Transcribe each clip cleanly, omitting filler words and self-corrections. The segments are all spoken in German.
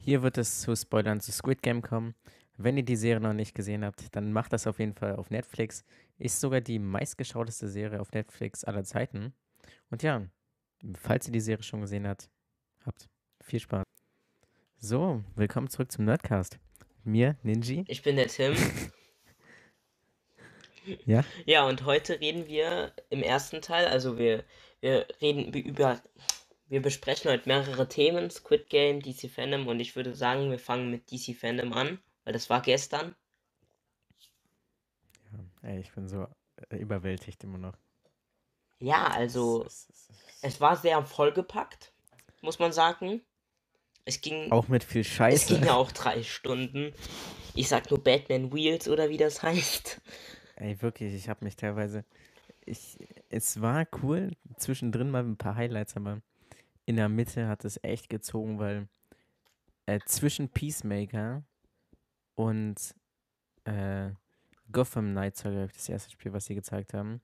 Hier wird es zu Spoilern zu Squid Game kommen. Wenn ihr die Serie noch nicht gesehen habt, dann macht das auf jeden Fall auf Netflix. Ist sogar die meistgeschauteste Serie auf Netflix aller Zeiten. Und ja, falls ihr die Serie schon gesehen habt, viel Spaß. So, willkommen zurück zum Nerdcast. Mir, Ninji. Ich bin der Tim. Ja, Ja, und heute reden wir im ersten Teil, also wir reden wir besprechen heute mehrere Themen, Squid Game, DC Fandom, und ich würde sagen, wir fangen mit DC Fandom an, weil das war gestern. ey, ich bin so überwältigt immer noch. Ja, Es, also es, es, es, es war sehr vollgepackt, muss man sagen. Es ging, auch mit viel es Scheiße. ging ja auch 3 Stunden. Ich sag nur Batman Wheels oder wie das heißt. Ey, wirklich, ich habe mich teilweise. Es war cool, zwischendrin mal ein paar Highlights, aber in der Mitte hat es echt gezogen, weil zwischen Peacemaker und äh, Gotham Knights war, glaube ich, das erste Spiel, was sie gezeigt haben,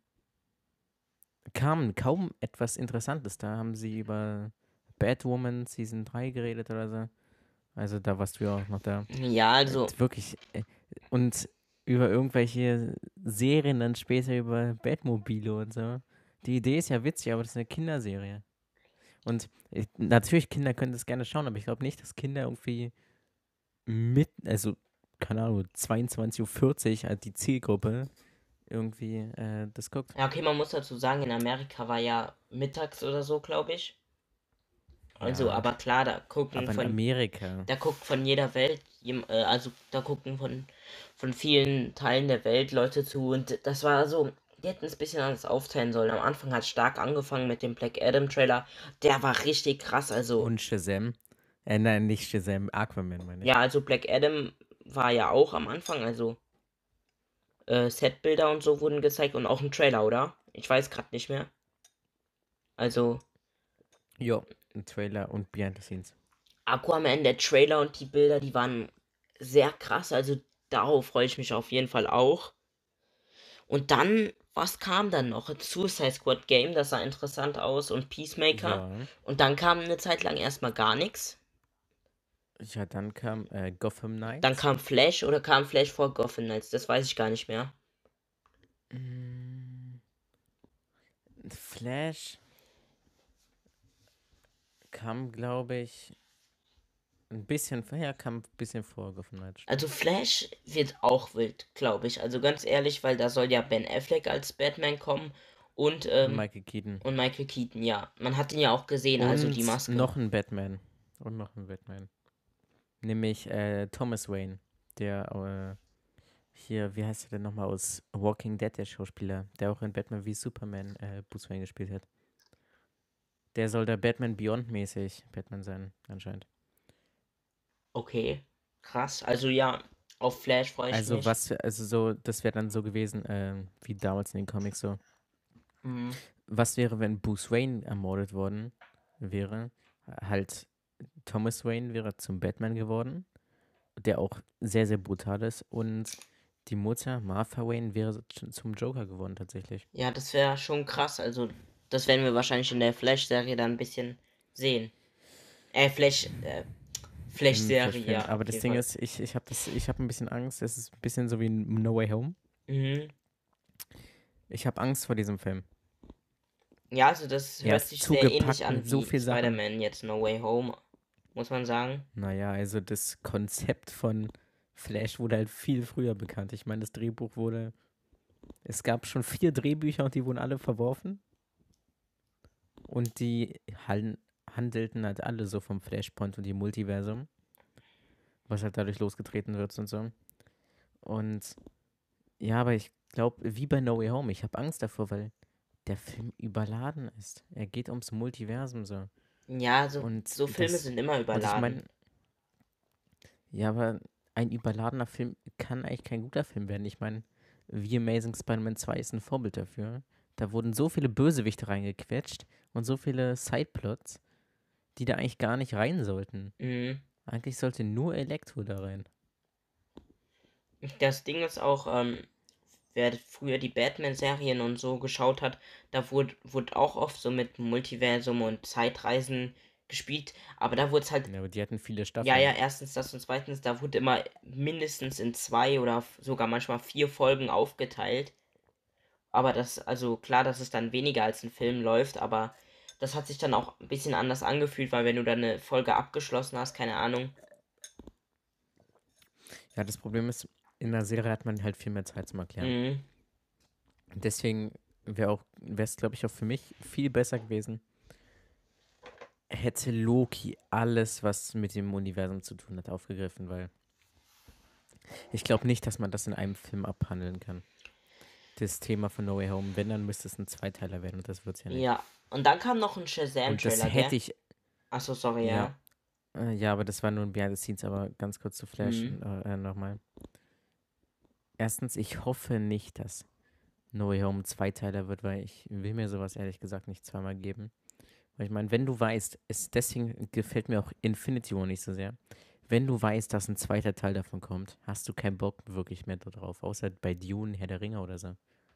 kam kaum etwas Interessantes. Da haben sie über Batwoman Season 3 geredet oder so. Also da warst du ja auch noch da. Ja, also, Wirklich. Und über irgendwelche Serien dann später über Batmobile und so. Die Idee ist ja witzig, aber das ist eine Kinderserie. Und natürlich, Kinder können das gerne schauen, aber ich glaube nicht, dass Kinder irgendwie also, keine Ahnung, 22:40 Uhr als die Zielgruppe irgendwie das guckt. ja, okay, man muss dazu sagen, in Amerika war ja mittags oder so, glaube ich. Also, Ja, aber klar, aber in Amerika. da guckt von jeder Welt, also da gucken von vielen Teilen der Welt Leute zu, und das war so, die hätten es ein bisschen anders aufteilen sollen. Am Anfang hat es stark angefangen mit dem Black Adam Trailer, der war richtig krass, also, Und Shazam. Nein, nicht Shazam, Aquaman meine ja, ich. also Black Adam war ja auch am Anfang, also Setbilder und so wurden gezeigt und auch ein Trailer, oder? Ich weiß gerade nicht mehr. Also, Jo, ein Trailer und Behind the Scenes. Aquaman, der Trailer und die Bilder, die waren sehr krass, also darauf freue ich mich auf jeden Fall auch. Und dann, was kam dann noch? Suicide Squad Game, das sah interessant aus, und Peacemaker. Ja. Und dann kam eine Zeit lang erstmal gar nichts. Ja, dann kam Gotham Dann Knights. kam Flash, oder kam Flash vor Gotham Knights, das weiß ich gar nicht mehr. Mm, Flash kam, glaube ich, kam ein bisschen vor Gotham Knights, Also stimmt. Flash wird auch wild, glaube ich. Also ganz ehrlich, weil da soll ja Ben Affleck als Batman kommen und, Und Michael Keaton. und Michael Keaton, ja. Man hat ihn ja auch gesehen, also die Und Maske. noch ein Batman. Und noch ein Batman. Nämlich Thomas Wayne, der hier, wie heißt er denn nochmal aus Walking Dead, der Schauspieler, der auch in Batman wie Superman Bruce Wayne gespielt hat. Der soll da Batman Beyond mäßig Batman sein, anscheinend. Okay, krass. Also ja, auf Flash freue ich Also mich. also so, das wäre dann so gewesen, wie damals in den Comics so. Mhm. Was wäre, wenn Bruce Wayne ermordet worden wäre? Halt, Thomas Wayne wäre zum Batman geworden, der auch sehr, sehr brutal ist. Und die Mutter, Martha Wayne, wäre zum Joker geworden tatsächlich. Ja, das wäre schon krass. Also, das werden wir wahrscheinlich in der Flash-Serie dann ein bisschen sehen. Im Flash-Serie, Flash-Film. ja, Aber auf das jeden Ding Fall. ist, ich habe ein bisschen Angst. Es ist ein bisschen so wie No Way Home. Mhm. Ich habe Angst vor diesem Film. Ja, also das Er hört ist sich sehr ähnlich zugepackt an mit so wie viel Sachen. Spider-Man jetzt No Way Home, muss man sagen. Naja, also das Konzept von Flash wurde halt viel früher bekannt. Ich meine, das Drehbuch wurde. Es gab schon 4 Drehbücher und die wurden alle verworfen. Und die handelten halt alle so vom Flashpoint und dem Multiversum, was halt dadurch losgetreten wird und so. Und ja, aber ich glaube, wie bei No Way Home, ich habe Angst davor, weil der Film überladen ist. Er geht ums Multiversum so. Ja, also Und so Filme sind immer ich überladen. meine, ja, aber ein überladener Film kann eigentlich kein guter Film werden. Ich meine, wie Amazing Spider-Man 2 ist ein Vorbild dafür. Da wurden so viele Bösewichte reingequetscht und so viele Sideplots, die da eigentlich gar nicht rein sollten. Mhm. Eigentlich sollte nur Elektro da rein. Das Ding ist auch, wer früher die Batman-Serien und so geschaut hat, da wurde auch oft so mit Multiversum und Zeitreisen gespielt, aber da wurde es halt, Ja, aber die hatten viele ja, Staffeln. ja, erstens das und zweitens, da wurde immer mindestens in 2 oder sogar manchmal 4 Folgen aufgeteilt. Aber das, also klar, dass es dann weniger als ein Film läuft, aber das hat sich dann auch ein bisschen anders angefühlt, weil wenn du dann eine Folge abgeschlossen hast, keine Ahnung. Ja, das Problem ist, in der Serie hat man halt viel mehr Zeit zum Erklären. Mhm. Deswegen wäre es, glaube ich, auch für mich viel besser gewesen, hätte Loki alles, was mit dem Universum zu tun hat, aufgegriffen, weil ich glaube nicht, dass man das in einem Film abhandeln kann. Das Thema von No Way Home, wenn, dann müsste es ein Zweiteiler werden und das wird es ja nicht. Ja. Und dann kam noch ein Und das Shazam-Trailer, gell? hätte ich, Achso, sorry, ja, ja. ja, aber das war nur ein Behind the Scenes, aber ganz kurz zu Flash Mhm. nochmal. Erstens, ich hoffe nicht, dass No Way Home ein Zweiteiler wird, weil ich will mir sowas ehrlich gesagt nicht zweimal geben. Weil ich meine, wenn du weißt, deswegen gefällt mir auch Infinity War nicht so sehr. Wenn du weißt, dass ein zweiter Teil davon kommt, hast du keinen Bock wirklich mehr darauf. Außer bei Dune, Herr der Ringe oder so.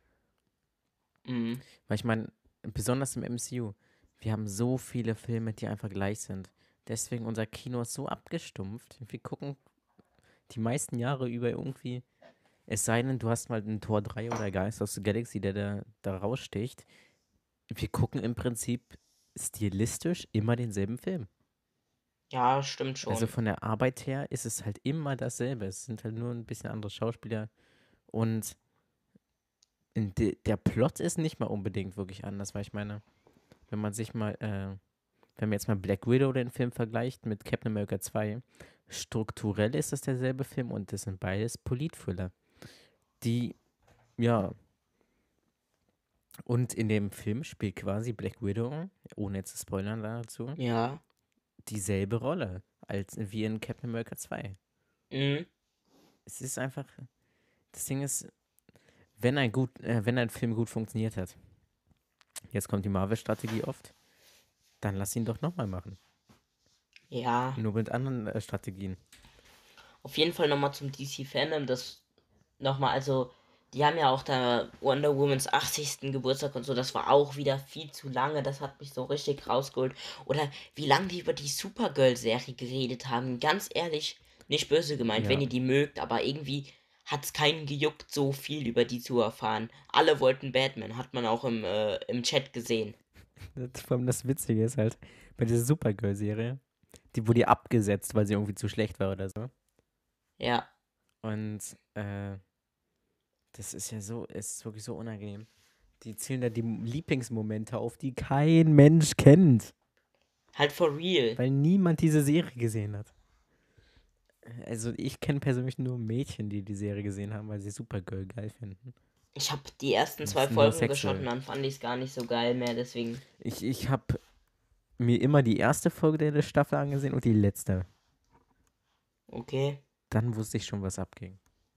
Mhm. Weil ich meine, besonders im MCU, wir haben so viele Filme, die einfach gleich sind. Deswegen unser Kino ist so abgestumpft. Wir gucken die meisten Jahre über irgendwie, es sei denn, du hast mal einen Tor 3 oder Geist aus der Galaxy, der da raussticht. Wir gucken im Prinzip stilistisch immer denselben Film. Ja, stimmt Also schon. von der Arbeit her ist es halt immer dasselbe. Es sind halt nur ein bisschen andere Schauspieler. Und der Plot ist nicht mal unbedingt wirklich anders, weil ich meine, wenn man sich mal, wenn man jetzt mal Black Widow den Film vergleicht mit Captain America 2, strukturell ist es derselbe Film und das sind beides Politthriller. Die, ja, und in dem Film spielt quasi Black Widow, ohne jetzt zu spoilern dazu, Ja. dieselbe Rolle als wie in Captain America 2. Mhm. Es ist einfach, das Ding ist, wenn ein Film gut funktioniert hat, jetzt kommt die Marvel-Strategie oft, dann lass ihn doch nochmal machen. Ja. Nur mit anderen Strategien. Auf jeden Fall nochmal zum DC-Fandom, das nochmal, also, die haben ja auch da Wonder Womans 80. Geburtstag und so, das war auch wieder viel zu lange, das hat mich so richtig rausgeholt. Oder wie lange die über die Supergirl-Serie geredet haben, ganz ehrlich, nicht böse gemeint, wenn Ja, ihr die mögt, aber irgendwie hat's keinen gejuckt, so viel über die zu erfahren. Alle wollten Batman, hat man auch im Chat gesehen. vor allem das Witzige ist halt, bei dieser Supergirl-Serie, die wurde ja abgesetzt, weil sie irgendwie zu schlecht war oder so. Ja, Und das ist ja so, es ist wirklich so unangenehm. Die zählen da die Lieblingsmomente auf, die kein Mensch kennt, halt for real. weil niemand diese Serie gesehen hat. Also ich kenne persönlich nur Mädchen, die die Serie gesehen haben, weil sie Supergirl geil finden. Ich habe die ersten Und 2 das nur Folgen geschaut und sexuell. dann fand ich es gar nicht so geil mehr, deswegen. Ich habe mir immer die erste Folge der Staffel angesehen und die letzte. Okay. Dann wusste ich schon, was abging.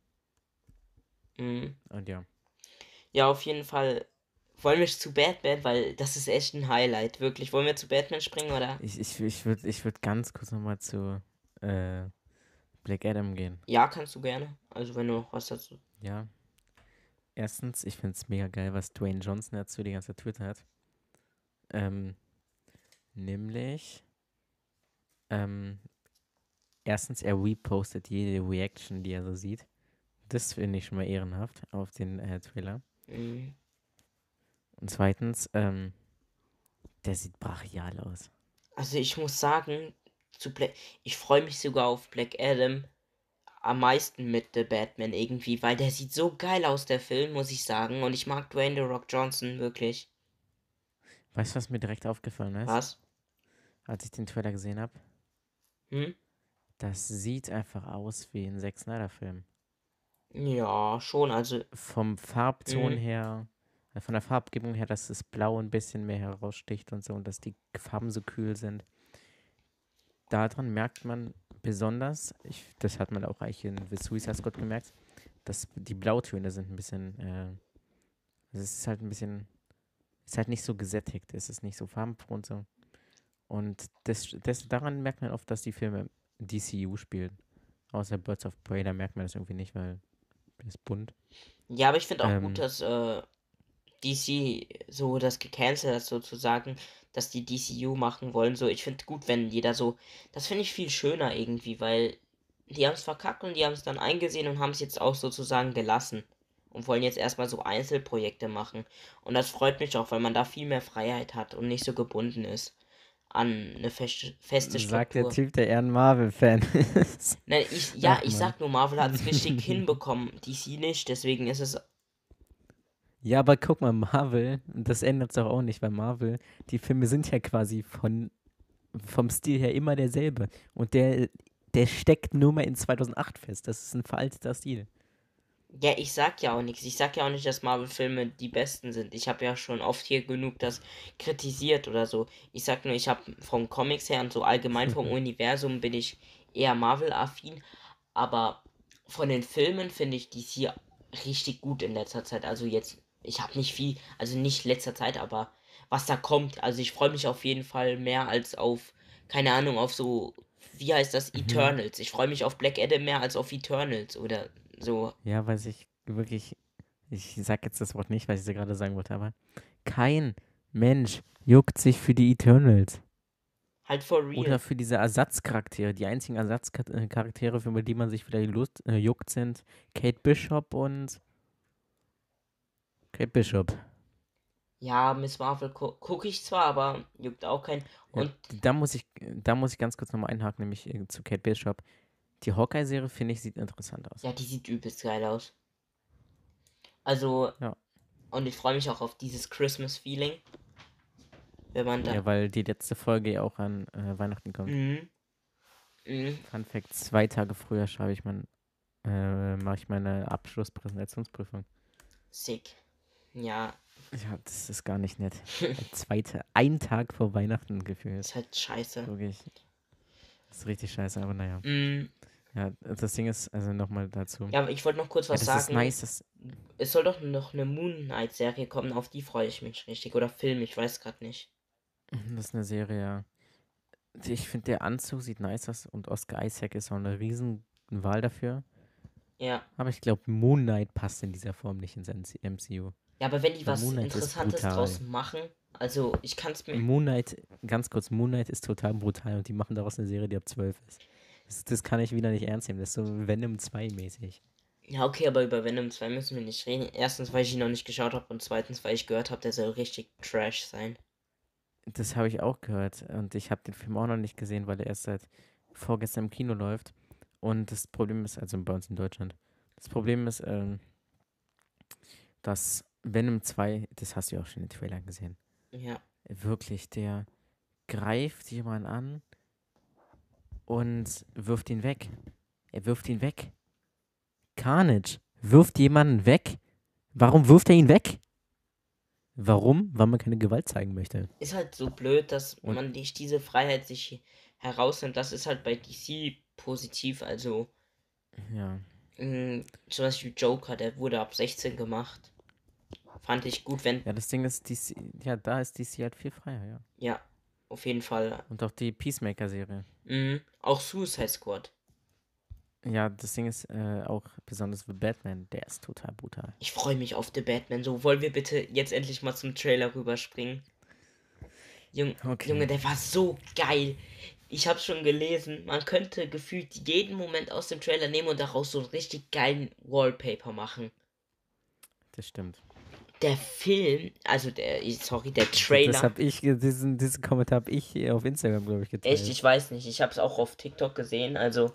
Mhm. Und ja, Ja, auf jeden Fall. Wollen wir zu Batman, weil das ist echt ein Highlight, wirklich. Wollen wir zu Batman springen, oder? ich würd ganz kurz nochmal zu äh, Black Adam gehen. Ja, kannst du gerne. Also wenn du noch was dazu. Ja, erstens, ich finde es mega geil, was Dwayne Johnson dazu die ganze Zeit Twitter hat. Ähm, nämlich, ähm, erstens, er repostet jede Reaction, die er so sieht. Das finde ich schon mal ehrenhaft auf den Trailer. Mhm. Und zweitens, der sieht brachial aus. Also ich muss sagen, ich freue mich sogar auf Black Adam am meisten mit The Batman irgendwie, weil der sieht so geil aus, der Film, muss ich sagen. Und ich mag Dwayne The Rock Johnson wirklich. Weißt du, was mir direkt aufgefallen ist, Was? als ich den Trailer gesehen habe? Hm? Das sieht einfach aus wie ein Zack Snyder-Film. Ja, schon, also. Vom Farbton Mhm. her, von der Farbgebung her, dass das Blau ein bisschen mehr heraussticht und so und dass die Farben so kühl sind. Daran merkt man besonders, das hat man auch eigentlich in The Suicide Squad gemerkt, dass die Blautöne sind ein bisschen, also es ist halt ein bisschen, es ist halt nicht so gesättigt, es ist nicht so farbenfroh und so. Und daran merkt man oft, dass die Filme DCU spielen. Außer Birds of Prey, da merkt man das irgendwie nicht, weil es ist bunt. Ja, aber ich finde auch gut, Ähm, dass DC so das gecancelt hat, sozusagen, dass die DCU machen wollen. So, ich finde gut, wenn jeder so. Das finde ich viel schöner irgendwie, weil die haben es verkackt und die haben es dann eingesehen und haben es jetzt auch sozusagen gelassen. Und wollen jetzt erstmal so Einzelprojekte machen. Und das freut mich auch, weil man da viel mehr Freiheit hat und nicht so gebunden ist an eine feste Sagt der Struktur. Typ, der eher ein Marvel-Fan ist. Nein, Ach ich man. sag nur, Marvel hat es richtig hinbekommen, DC nicht, deswegen ist es. Ja, aber guck mal, Marvel, das ändert es doch auch nicht, weil Marvel, die Filme sind ja quasi vom Stil her immer derselbe. Und der steckt nur mal in 2008 fest. Das ist ein veralteter Stil. Ja, ich sag ja auch nichts. Ich sag ja auch nicht, dass Marvel-Filme die besten sind. Ich habe ja schon oft hier genug das kritisiert oder so. Ich sag nur, ich habe vom Comics her und so allgemein vom Universum bin ich eher Marvel-affin. Aber von den Filmen finde ich dies hier richtig gut in letzter Zeit. Also jetzt, ich habe nicht viel, also nicht letzter Zeit, aber was da kommt. Also ich freue mich auf jeden Fall mehr als auf, keine Ahnung, auf so, wie heißt das, Mhm. Eternals. Ich freue mich auf Black Adam mehr als auf Eternals oder so. Ja, weil ich wirklich, ich sag jetzt das Wort nicht, weil ich es gerade sagen wollte, aber kein Mensch juckt sich für die Eternals. Halt for real. Oder für diese Ersatzcharaktere. Die einzigen Ersatzcharaktere, für die man sich vielleicht juckt, sind Kate Bishop und Kate Bishop. Ja, Miss Marvel gucke ich zwar, aber juckt auch keinen. Ja, Und da muss ich ganz kurz nochmal einhaken, nämlich zu Kate Bishop. Die Hawkeye-Serie, finde ich, sieht interessant aus. ja, die sieht übelst geil aus. Also, Ja. und ich freue mich auch auf dieses Christmas-Feeling, wenn man da. Ja, weil die letzte Folge ja auch an Weihnachten kommt. Mhm. Mhm. Fun Fact: 2 Tage früher mache ich meine Abschlusspräsentationsprüfung. Sick. Ja, Ja, das ist gar nicht nett. Ein Tag vor Weihnachten gefühlt. ist halt scheiße. Wirklich. Das ist richtig scheiße, aber naja. Mhm. Ja, das Ding ist, also nochmal dazu. Ja, aber ich wollte noch kurz Ja, was das ist sagen. nice, dass. Es soll doch noch eine Moon Knight-Serie kommen, auf die freue ich mich richtig. Oder Film, ich weiß gerade nicht. Das ist eine Serie, ja. Ich finde, der Anzug sieht nice aus und Oscar Isaac ist auch eine Riesenwahl dafür. Ja. Aber ich glaube, Moon Knight passt in dieser Form nicht ins MCU. Ja, aber wenn die Weil was Moon Knight ist Interessantes draus brutal. machen, also ich kann es mir. Moon Knight, ganz kurz, Moon Knight ist total brutal und die machen daraus eine Serie, die ab 12 ist. Das kann ich wieder nicht ernst nehmen. Das ist so Venom 2 mäßig. Ja, okay, aber über Venom 2 müssen wir nicht reden. Erstens, weil ich ihn noch nicht geschaut habe und zweitens, weil ich gehört habe, der soll richtig Trash sein. Das habe ich auch gehört und ich habe den Film auch noch nicht gesehen, weil er erst seit vorgestern im Kino läuft. Und das Problem ist, also bei uns in Deutschland, das Problem ist, dass Venom 2, das hast du ja auch schon in den Trailern gesehen, Ja. wirklich, der greift jemanden an und wirft ihn weg. Er wirft ihn weg. Carnage wirft jemanden weg. Warum wirft er ihn weg? Warum? Weil man keine Gewalt zeigen möchte. Ist halt so blöd, dass Und man nicht diese Freiheit sich herausnimmt. Das ist halt bei DC positiv. Also, ja, zum Beispiel Joker, der wurde ab 16 gemacht. Fand ich gut, wenn. ja, das Ding ist, ja, da ist DC halt viel freier, ja. Ja, auf jeden Fall. Und auch die Peacemaker-Serie. Auch Suicide Squad. Ja, das Ding ist auch besonders für Batman, der ist total brutal. Ich freue mich auf The Batman. So, wollen wir bitte jetzt endlich mal zum Trailer rüberspringen? Okay. Junge, der war so geil. Ich habe schon gelesen, man könnte gefühlt jeden Moment aus dem Trailer nehmen und daraus so einen richtig geilen Wallpaper machen. Das stimmt. Der Film, also der Das Trailer. habe ich, diesen Kommentar habe ich auf Instagram, glaube ich, Echt, geteilt. ich weiß nicht. Ich habe es auch auf TikTok gesehen, also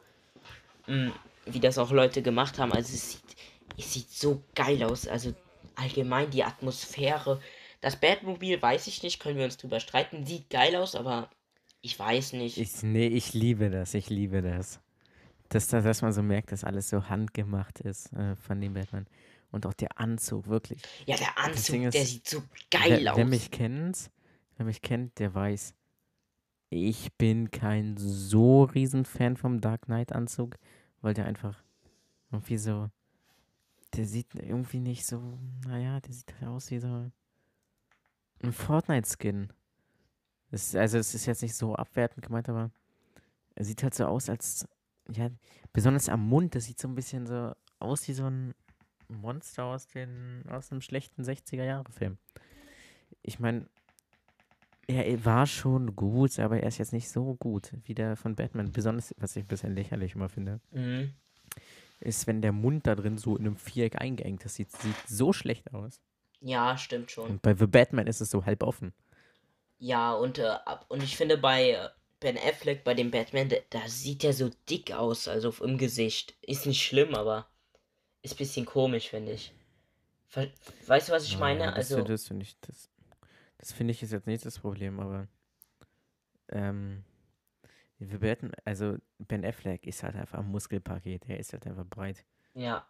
wie das auch Leute gemacht haben. Also es sieht so geil aus. Also allgemein die Atmosphäre. Das Batmobil weiß ich nicht, können wir uns drüber streiten. Sieht geil aus, aber ich weiß nicht. Nee, ich liebe das, ich liebe das. Dass man so merkt, dass alles so handgemacht ist von dem Batman. Und auch der Anzug, wirklich. Ja, der Das Ding Anzug, der ist, sieht so wer, geil wer aus. wer mich kennt, der weiß, ich bin kein so riesen Fan vom Dark Knight Anzug, weil der einfach irgendwie so, der sieht irgendwie nicht so, naja, der sieht halt aus wie so ein Fortnite-Skin. Also es ist jetzt nicht so abwertend gemeint, aber er sieht halt so aus, als, ja, besonders am Mund, das sieht so ein bisschen so aus wie so ein Monster aus einem schlechten 60er-Jahre-Film. Ich meine, er war schon gut, aber er ist jetzt nicht so gut wie der von Batman. Besonders, was ich ein bisschen lächerlich immer finde, Mhm. ist, wenn der Mund da drin so in einem Viereck eingeengt ist. Sieht so schlecht aus. Ja, stimmt schon. Und bei The Batman ist es so halb offen. Ja, und ich finde bei Ben Affleck, bei dem Batman, da sieht er so dick aus, also im Gesicht. Ist nicht schlimm, aber ist ein bisschen komisch, finde ich. Ver Weißt du, was ich Naja, meine? Also, das finde ich, das finde ich ist jetzt nicht das Problem, aber ähm, The Batman, also Ben Affleck ist halt einfach ein Muskelpaket, der ist halt einfach breit. ja.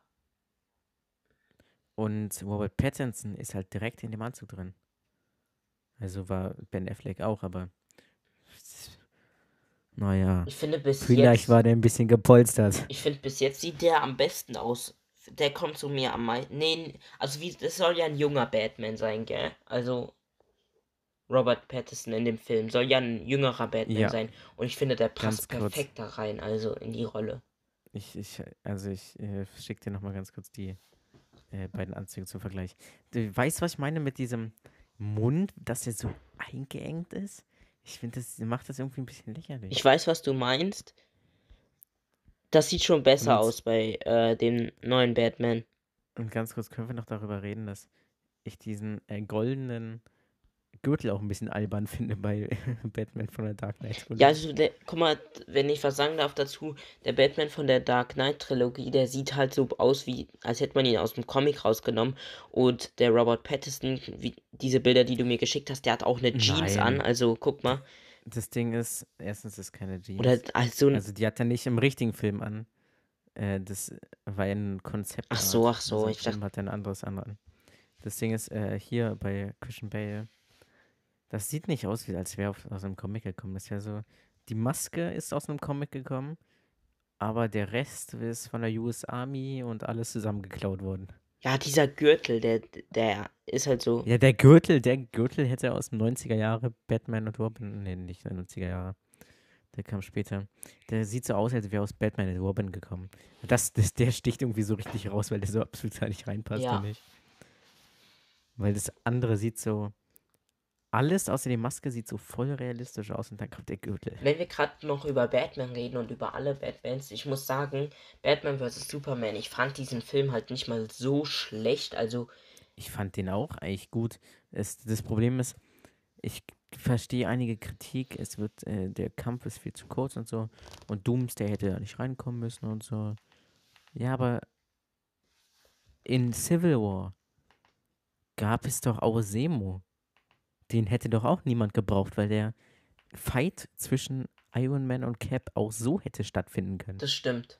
Und Robert Pattinson ist halt direkt in dem Anzug drin. Also war Ben Affleck auch, aber naja, Ich finde bis vielleicht jetzt, war der ein bisschen gepolstert. ich finde bis jetzt sieht der am besten aus. Der kommt zu mir am meisten. Nee, also wie, das soll ja ein junger Batman sein, gell? Also Robert Pattinson in dem Film soll ja ein jüngerer Batman Ja, sein. Und ich finde, der ganz passt kurz. perfekt da rein, also in die Rolle. Ich schicke dir nochmal ganz kurz die beiden Anzüge zum Vergleich. Du weißt, was ich meine mit diesem Mund, dass der so eingeengt ist? Ich finde, das macht das irgendwie ein bisschen Ich lächerlich. weiß, was du meinst. Das sieht schon besser Und, aus bei dem neuen Batman. und ganz kurz können wir noch darüber reden, dass ich diesen goldenen Gürtel auch ein bisschen albern finde bei Batman von der Dark Knight Ja, Trilogie. also guck mal, wenn ich was sagen darf dazu, der Batman von der Dark Knight Trilogie, der sieht halt so aus wie, als hätte man ihn aus dem Comic rausgenommen. Und der Robert Pattinson, wie diese Bilder, die du mir geschickt hast, der hat auch eine Jeans an. Nein, Also guck mal. das Ding ist, erstens ist keine Oder Jeans. also ein. Also die hat er nicht im richtigen Film an. Das war ja ein Konzeptart. Ach so, Also im ich dachte. Film hat er ein anderes an. Das Ding ist, hier bei Christian Bale, das sieht nicht aus, wie als wäre aus einem Comic gekommen. Das ist ja so, die Maske ist aus einem Comic gekommen, aber der Rest ist von der US Army und alles zusammengeklaut worden. Ja, dieser Gürtel, der ist halt so. Ja, der Gürtel hätte aus dem 90er Jahre Batman und Robin, nee, nicht 90er Jahre, der kam später. Der sieht so aus, als wäre aus Batman und Robin gekommen. Der sticht irgendwie so richtig raus, weil der so absolut da nicht reinpasst, Ja. finde ich. Weil das andere sieht so, alles außer die Maske sieht so voll realistisch aus und dann kommt der Gürtel. Wenn wir gerade noch über Batman reden und über alle Batmans, ich muss sagen, Batman vs. Superman, ich fand diesen Film halt nicht mal so schlecht. Also, Ich fand den auch eigentlich gut. Das Problem ist, ich verstehe einige Kritik, der Kampf ist viel zu kurz und so. Und Doomsday hätte da nicht reinkommen müssen und so. Ja, aber in Civil War gab es doch auch Zemo. Den hätte doch auch niemand gebraucht, weil der Fight zwischen Iron Man und Cap auch so hätte stattfinden können. das stimmt.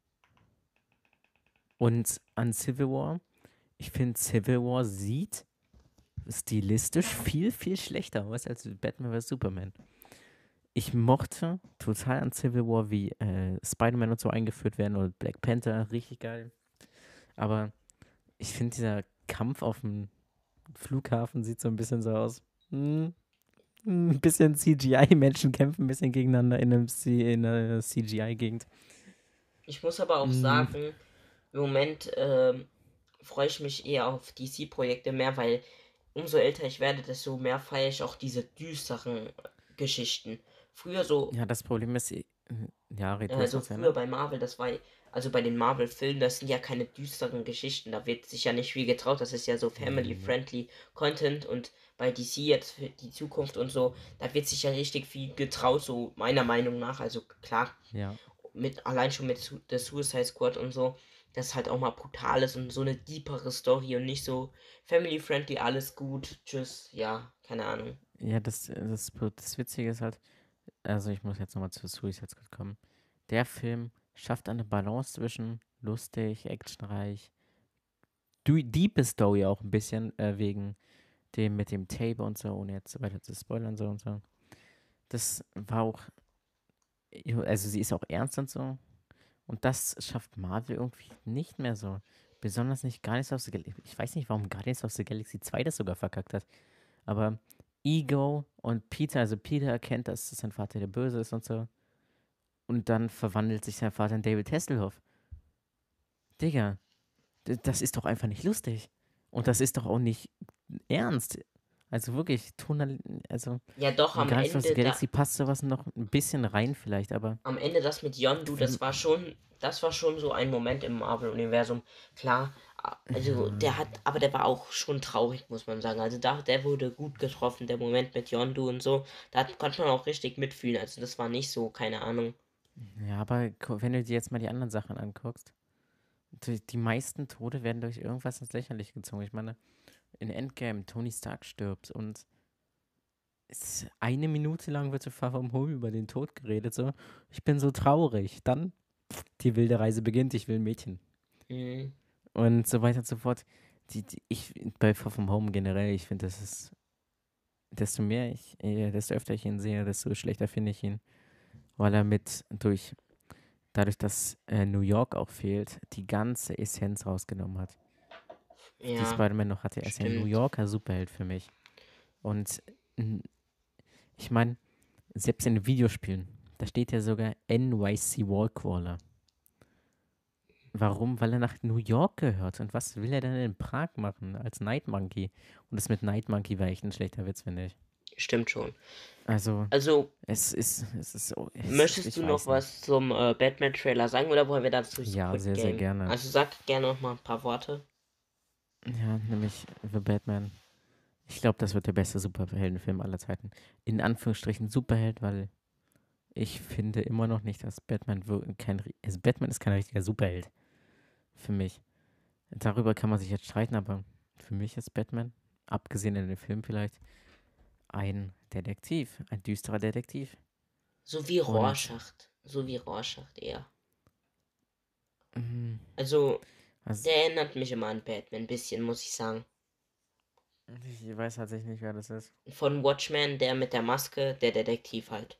Und an Civil War, ich finde, Civil War sieht stilistisch viel, viel schlechter aus als Batman vs. Superman. Ich mochte total an Civil War, wie Spider-Man und so eingeführt werden und Black Panther, richtig geil. Aber ich finde, dieser Kampf auf dem Flughafen sieht so ein bisschen so aus. Ein bisschen CGI-Menschen kämpfen ein bisschen gegeneinander in einer CGI-Gegend. Ich muss aber auch Mm, sagen, im Moment freue ich mich eher auf DC-Projekte mehr, weil umso älter ich werde, desto mehr feiere ich auch diese düsteren Geschichten. Früher so, ja, das Problem ist, ja, red du erst so mal zu früher Ende. bei Marvel, also bei den Marvel-Filmen, das sind ja keine düsteren Geschichten, da wird sich ja nicht viel getraut, das ist ja so Nee. family-friendly Content und bei DC jetzt für die Zukunft und so, da wird sich ja richtig viel getraut, so meiner Meinung nach, also klar, Ja. allein schon mit der Suicide Squad und so, das halt auch mal brutal ist und so eine deepere Story und nicht so family-friendly, alles gut, tschüss, ja, keine Ahnung. Ja, das Witzige ist halt, also ich muss jetzt nochmal zu Suicide Squad kommen. Der Film schafft eine Balance zwischen lustig, actionreich, deepe Story auch ein bisschen, wegen dem mit dem Tape und so, ohne jetzt weiter zu spoilern so und so. Das war auch, also sie ist auch ernst und so. Und das schafft Marvel irgendwie nicht mehr so. Besonders nicht Guardians of the Galaxy. Ich weiß nicht, warum Guardians of the Galaxy 2 das sogar verkackt hat. Aber Ego und Peter, also Peter erkennt, dass sein Vater der Böse ist und so. Und dann verwandelt sich sein Vater in David Hasselhoff. Digga, Das ist doch einfach nicht lustig. Und das ist doch auch nicht ernst. Also wirklich, also Ja, doch, in Guardians of the Galaxy passt sowas noch ein bisschen rein vielleicht, aber am Ende das mit Yondu, für, das war schon so ein Moment im Marvel-Universum. Klar, also aber der war auch schon traurig, muss man sagen. Also der wurde gut getroffen, der Moment mit Yondu und so. Konnte man auch richtig mitfühlen. Also das war nicht so, keine Ahnung. ja, aber wenn du dir jetzt mal die anderen Sachen anguckst, die meisten Tode werden durch irgendwas ins Lächerliche gezogen. Ich meine, in Endgame Tony Stark stirbt und eine Minute lang wird so Far From Home über den Tod geredet, so, ich bin so traurig. Dann, die wilde Reise beginnt, ich will ein Mädchen. Mhm. Und so weiter und so fort. Bei Far From Home generell, ich finde, das ist, desto öfter ich ihn sehe, desto schlechter finde ich ihn. Weil er dadurch, dass New York auch fehlt, die ganze Essenz rausgenommen hat. Die Ja, Spider-Man noch hatte, er ist ja ein New stimmt. Yorker Superheld für mich. Und ich meine, selbst in den Videospielen, da steht ja sogar NYC Wallcrawler. Warum? Weil er nach New York gehört. Und was will er denn in Prag machen als Night Monkey? Und das mit Night Monkey war echt ein schlechter Witz, finde ich. Stimmt schon. Also, Also, möchtest du ich noch weiß nicht. was zum Batman-Trailer sagen oder wollen wir dann zu Ja, Squid sehr, sehr Game? gerne. Also sag gerne noch mal ein paar Worte. Ja, nämlich The Batman. Ich glaube, das wird der beste Superheldenfilm aller Zeiten. In Anführungsstrichen Superheld, weil ich finde immer noch nicht, dass Batman ist kein richtiger Superheld für mich. Darüber kann man sich jetzt streiten, aber für mich ist Batman, abgesehen in den Film vielleicht, ein Detektiv, ein düsterer Detektiv. So wie Und Rorschach. So wie Rorschach eher. mm, Also, also, der erinnert mich immer an Batman, ein bisschen, muss ich sagen. ich weiß tatsächlich nicht, wer das ist. Von Watchmen, der mit der Maske, der Detektiv halt.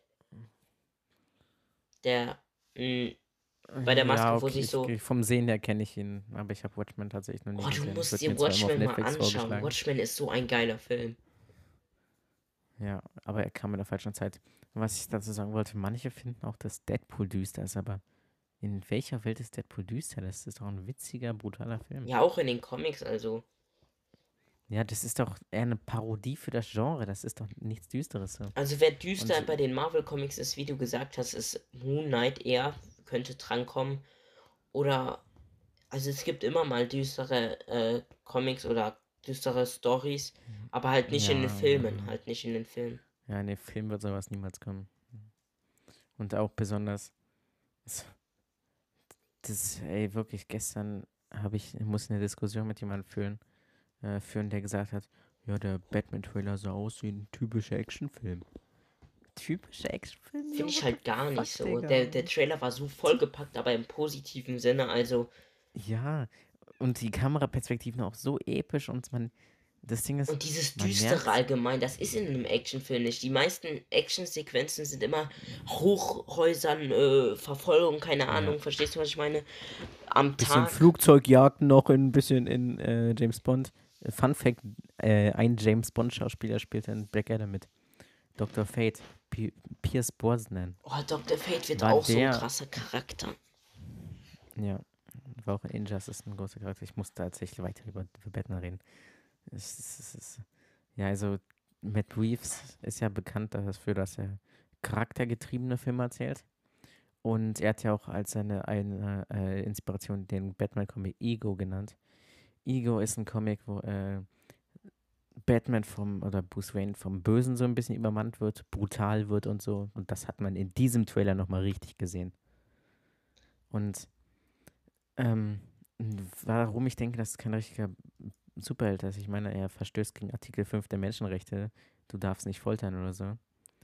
Der, bei der Ja, Maske, wo okay, sich so. vom Sehen her kenne ich ihn, aber ich habe Watchmen tatsächlich noch nie Oh, du gesehen. musst Wird mir dir zwar immer auf Watchmen mal Netflix anschauen. vorgeschlagen. Watchmen ist so ein geiler Film. Ja, aber er kam in der falschen Zeit. Was ich dazu sagen wollte, manche finden auch, dass Deadpool düster ist, aber in welcher Welt ist Deadpool düster? Das ist doch ein witziger, brutaler Film. Ja, auch in den Comics, also. Ja, das ist doch eher eine Parodie für das Genre. Das ist doch nichts Düsteres so. Also, wer düster Und bei den Marvel-Comics ist, wie du gesagt hast, ist Moon Knight eher, könnte drankommen. Oder, also es gibt immer mal düstere Comics oder düstere Stories, aber halt nicht in den ja, Filmen, halt nicht in den Filmen. ja, in den Film wird sowas niemals kommen. Und auch besonders, das, ey, wirklich, gestern muss eine Diskussion mit jemandem führen, der gesagt hat, ja, der Batman-Trailer sah aus wie ein typischer Actionfilm. Typischer Actionfilm? Finde Yo, ich what the halt gar nicht fuck, so. Digga? Der Trailer war so Die, vollgepackt, aber im positiven Sinne, also. ja, und die Kameraperspektiven auch so episch und das Ding ist, Und dieses man Düstere merkt, allgemein, das ist in einem Actionfilm nicht. Die meisten Actionsequenzen sind immer Hochhäusern, Verfolgung, keine ja, Ahnung, verstehst du, was ich meine? Am bisschen Tag. Flugzeugjagden noch, ein bisschen in James Bond. Fun Fact, ein James Bond-Schauspieler spielte in Black Adam mit. Dr. Fate, Pierce Brosnan. Oh, Dr. Fate wird War auch so ein der, krasser Charakter. ja, war auch in Injustice ein großer Charakter. Ich musste tatsächlich weiter über Batman reden. Ja, also Matt Reeves ist ja bekannt dafür, dass er charaktergetriebene Filme erzählt. Und er hat ja auch als eine Inspiration den Batman-Comic Ego genannt. Ego ist ein Comic, wo Batman oder Bruce Wayne vom Bösen so ein bisschen übermannt wird, brutal wird und so. Und das hat man in diesem Trailer nochmal richtig gesehen. Und ähm, warum ich denke, dass es kein richtiger Superheld ist, ich meine, er verstößt gegen Artikel 5 der Menschenrechte. Du darfst nicht foltern oder so.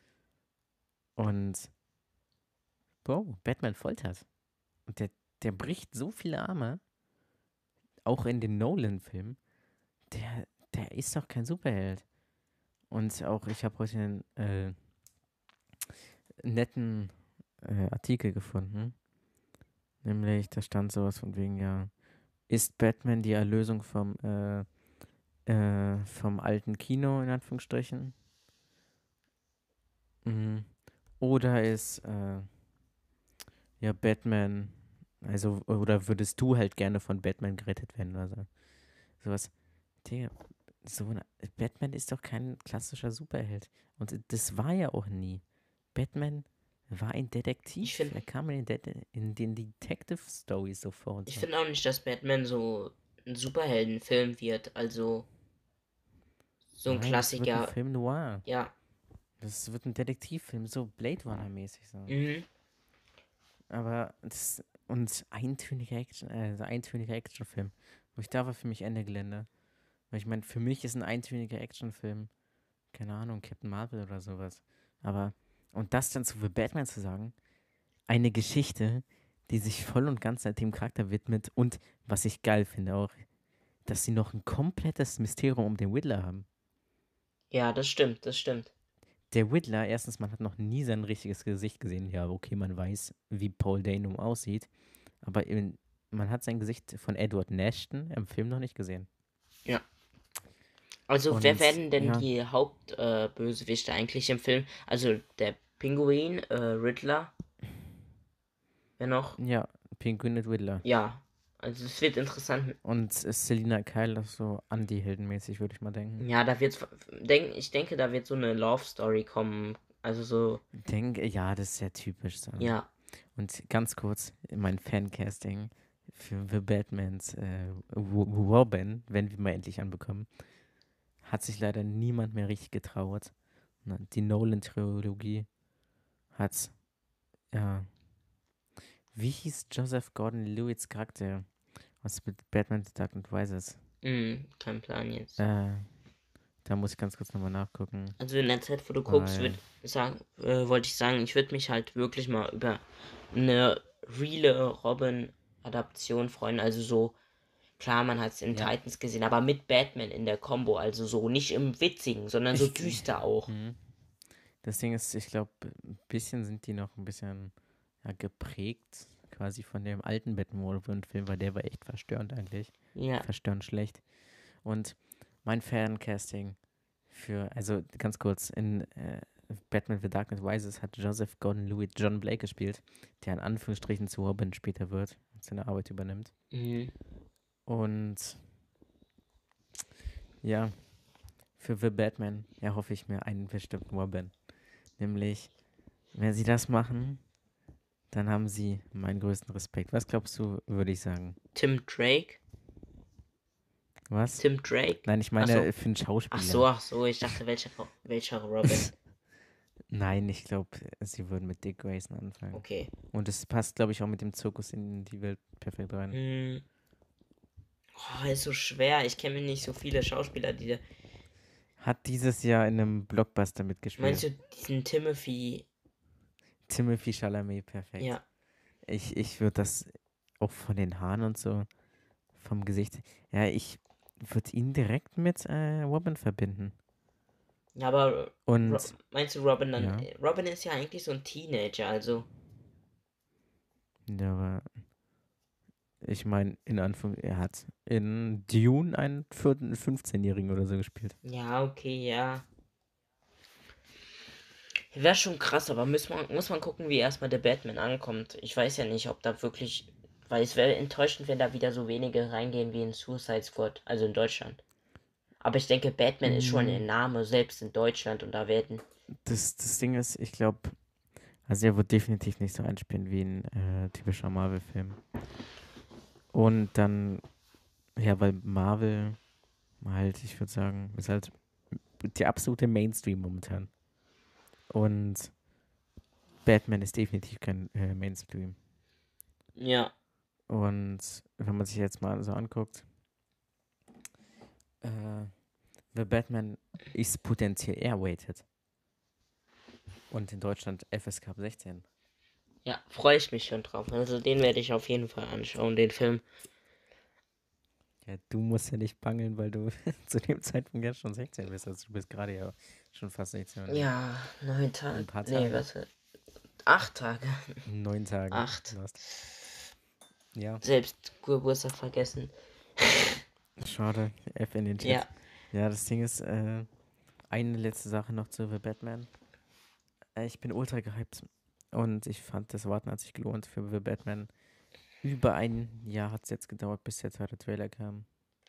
Und, Bro, Batman foltert. Und der bricht so viele Arme, auch in den Nolan-Filmen. Der ist doch kein Superheld. Und auch, ich habe heute einen netten Artikel gefunden. Nämlich, da stand sowas von wegen, ja, ist Batman die Erlösung vom alten Kino, in Anführungsstrichen? Mhm. Oder ist ja Batman Also, oder würdest du halt gerne von Batman gerettet werden oder so? Sowas. Digga, Batman ist doch kein klassischer Superheld. Und das war ja auch nie. Batman war ein Ich Detektiv. finde Er kam in den Detective Stories so vor und ich so. find auch nicht, dass Batman so ein Superheldenfilm wird. Also so ein Nein, das wird ein Klassiker. Film noir. Ja. Das wird ein Detektivfilm, so Blade Runner-mäßig so. Mhm. Aber das, und eintöniger Actionfilm. Wo ich da war für mich Ende Gelände. Weil ich meine, für mich ist ein eintöniger Actionfilm, keine Ahnung, Captain Marvel oder sowas. Aber, und das dann zu The Batman zu sagen, eine Geschichte, die sich voll und ganz dem Charakter widmet und was ich geil finde auch, dass sie noch ein komplettes Mysterium um den Riddler haben. Ja, das stimmt, das stimmt. Der Riddler, erstens, man hat noch nie sein richtiges Gesicht gesehen. Ja, okay, man weiß, wie Paul Dano aussieht, aber man hat sein Gesicht von Edward Nashton im Film noch nicht gesehen. Ja. Also, wer Und werden denn ja, die Hauptbösewichte eigentlich im Film? Also, der Pinguin, Riddler, wer noch? ja, Penguin und Riddler. Ja. Also, es wird interessant. Und Selina Kyle ist so Anti-Heldenmäßig, würde ich mal denken. Ja, ich denke, da wird so eine Love Story kommen. Also so, Denke, ja, das ist sehr typisch so. ja. Und ganz kurz, mein Fancasting für The Batmans Robin, wenn wir mal endlich anbekommen, hat sich leider niemand mehr richtig getraut. Na, die Nolan-Trilogie hat, ja, wie hieß Joseph Gordon-Lewitts Charakter aus Batman The Dark Knight Rises? Kein Plan jetzt. Äh, da muss ich ganz kurz nochmal nachgucken, Also in der Zeit, wo du guckst, weil, wollte ich sagen, ich würde mich halt wirklich mal über eine reale Robin-Adaption freuen. Also so, klar, man hat es in ja, Titans gesehen, aber mit Batman in der Combo. Also so nicht im Witzigen, sondern so ich, düster auch. hm. Das Ding ist, ich glaube, ein bisschen sind die noch ein bisschen ja, geprägt quasi von dem alten Batman-Film, weil der war echt verstörend eigentlich. Ja. Verstörend schlecht. Und mein Fancasting also ganz kurz, in Batman The Dark Knight Rises hat Joseph Gordon-Levitt John Blake gespielt, der in Anführungsstrichen zu Robin später wird und seine Arbeit übernimmt. Mhm. Und ja, für The Batman erhoffe ich mir einen bestimmten Robin. Nämlich, wenn sie das machen, dann haben sie meinen größten Respekt. Was glaubst du, würde ich sagen? Tim Drake? Was? Tim Drake? Nein, ich Achso. meine für einen Ach so, Schauspieler. ach so. Ich dachte, welcher Robin? Nein, ich glaube, sie würden mit Dick Grayson anfangen. Okay. Und es passt, glaube ich, auch mit dem Zirkus in die Welt perfekt rein. Hm. Oh, ist so schwer. Ich kenne nicht so viele Schauspieler, die da. Hat dieses Jahr in einem Blockbuster Meinst mitgespielt. du diesen Timothy? Timothy Chalamet, perfekt. Ja. Ich würde das auch von den Haaren und so, vom Gesicht. Ja, ich würde ihn direkt mit Robin verbinden. Ja, aber Und meinst du Robin dann? ja, Robin ist ja eigentlich so ein Teenager, also. ja, aber ich meine, in Anführung, er hat in Dune einen 15-Jährigen oder so gespielt. Ja, okay, ja. Wäre schon krass, aber muss man gucken, wie erstmal der Batman ankommt. Ich weiß ja nicht, ob da wirklich. Weil es wäre enttäuschend, wenn da wieder so wenige reingehen wie in Suicide Squad, also in Deutschland. Aber ich denke, Batman ist schon Mm, ein Name, selbst in Deutschland, und da werden. das Ding ist, ich glaube, also er wird definitiv nicht so einspielen wie ein typischer Marvel-Film. Und dann, ja, weil Marvel halt, ich würde sagen, ist halt die absolute Mainstream momentan. Und Batman ist definitiv kein Mainstream. Ja, Und wenn man sich jetzt mal so anguckt, äh, The Batman ist potenziell airweighted. Und in Deutschland FSK ab 16. ja, freue ich mich schon drauf. Also den werde ich auf jeden Fall anschauen, den Film. Ja, du musst ja nicht bangeln, weil du zu dem Zeitpunkt ja schon 16 bist. Also du bist gerade ja schon fast 16. Oder? Ja, 9 In Tage. ein paar Nee, Tagen. was? 8 Tage. In 9 Tagen. 8. Ja, Selbst Geburtstag vergessen. schade. F in den Ja. Chat. Ja, das Ding ist, eine letzte Sache noch zu The Batman. Ich bin ultra gehypt. Und ich fand, das Warten hat sich gelohnt für The Batman. Über ein Jahr hat es jetzt gedauert, bis der zweite Trailer kam.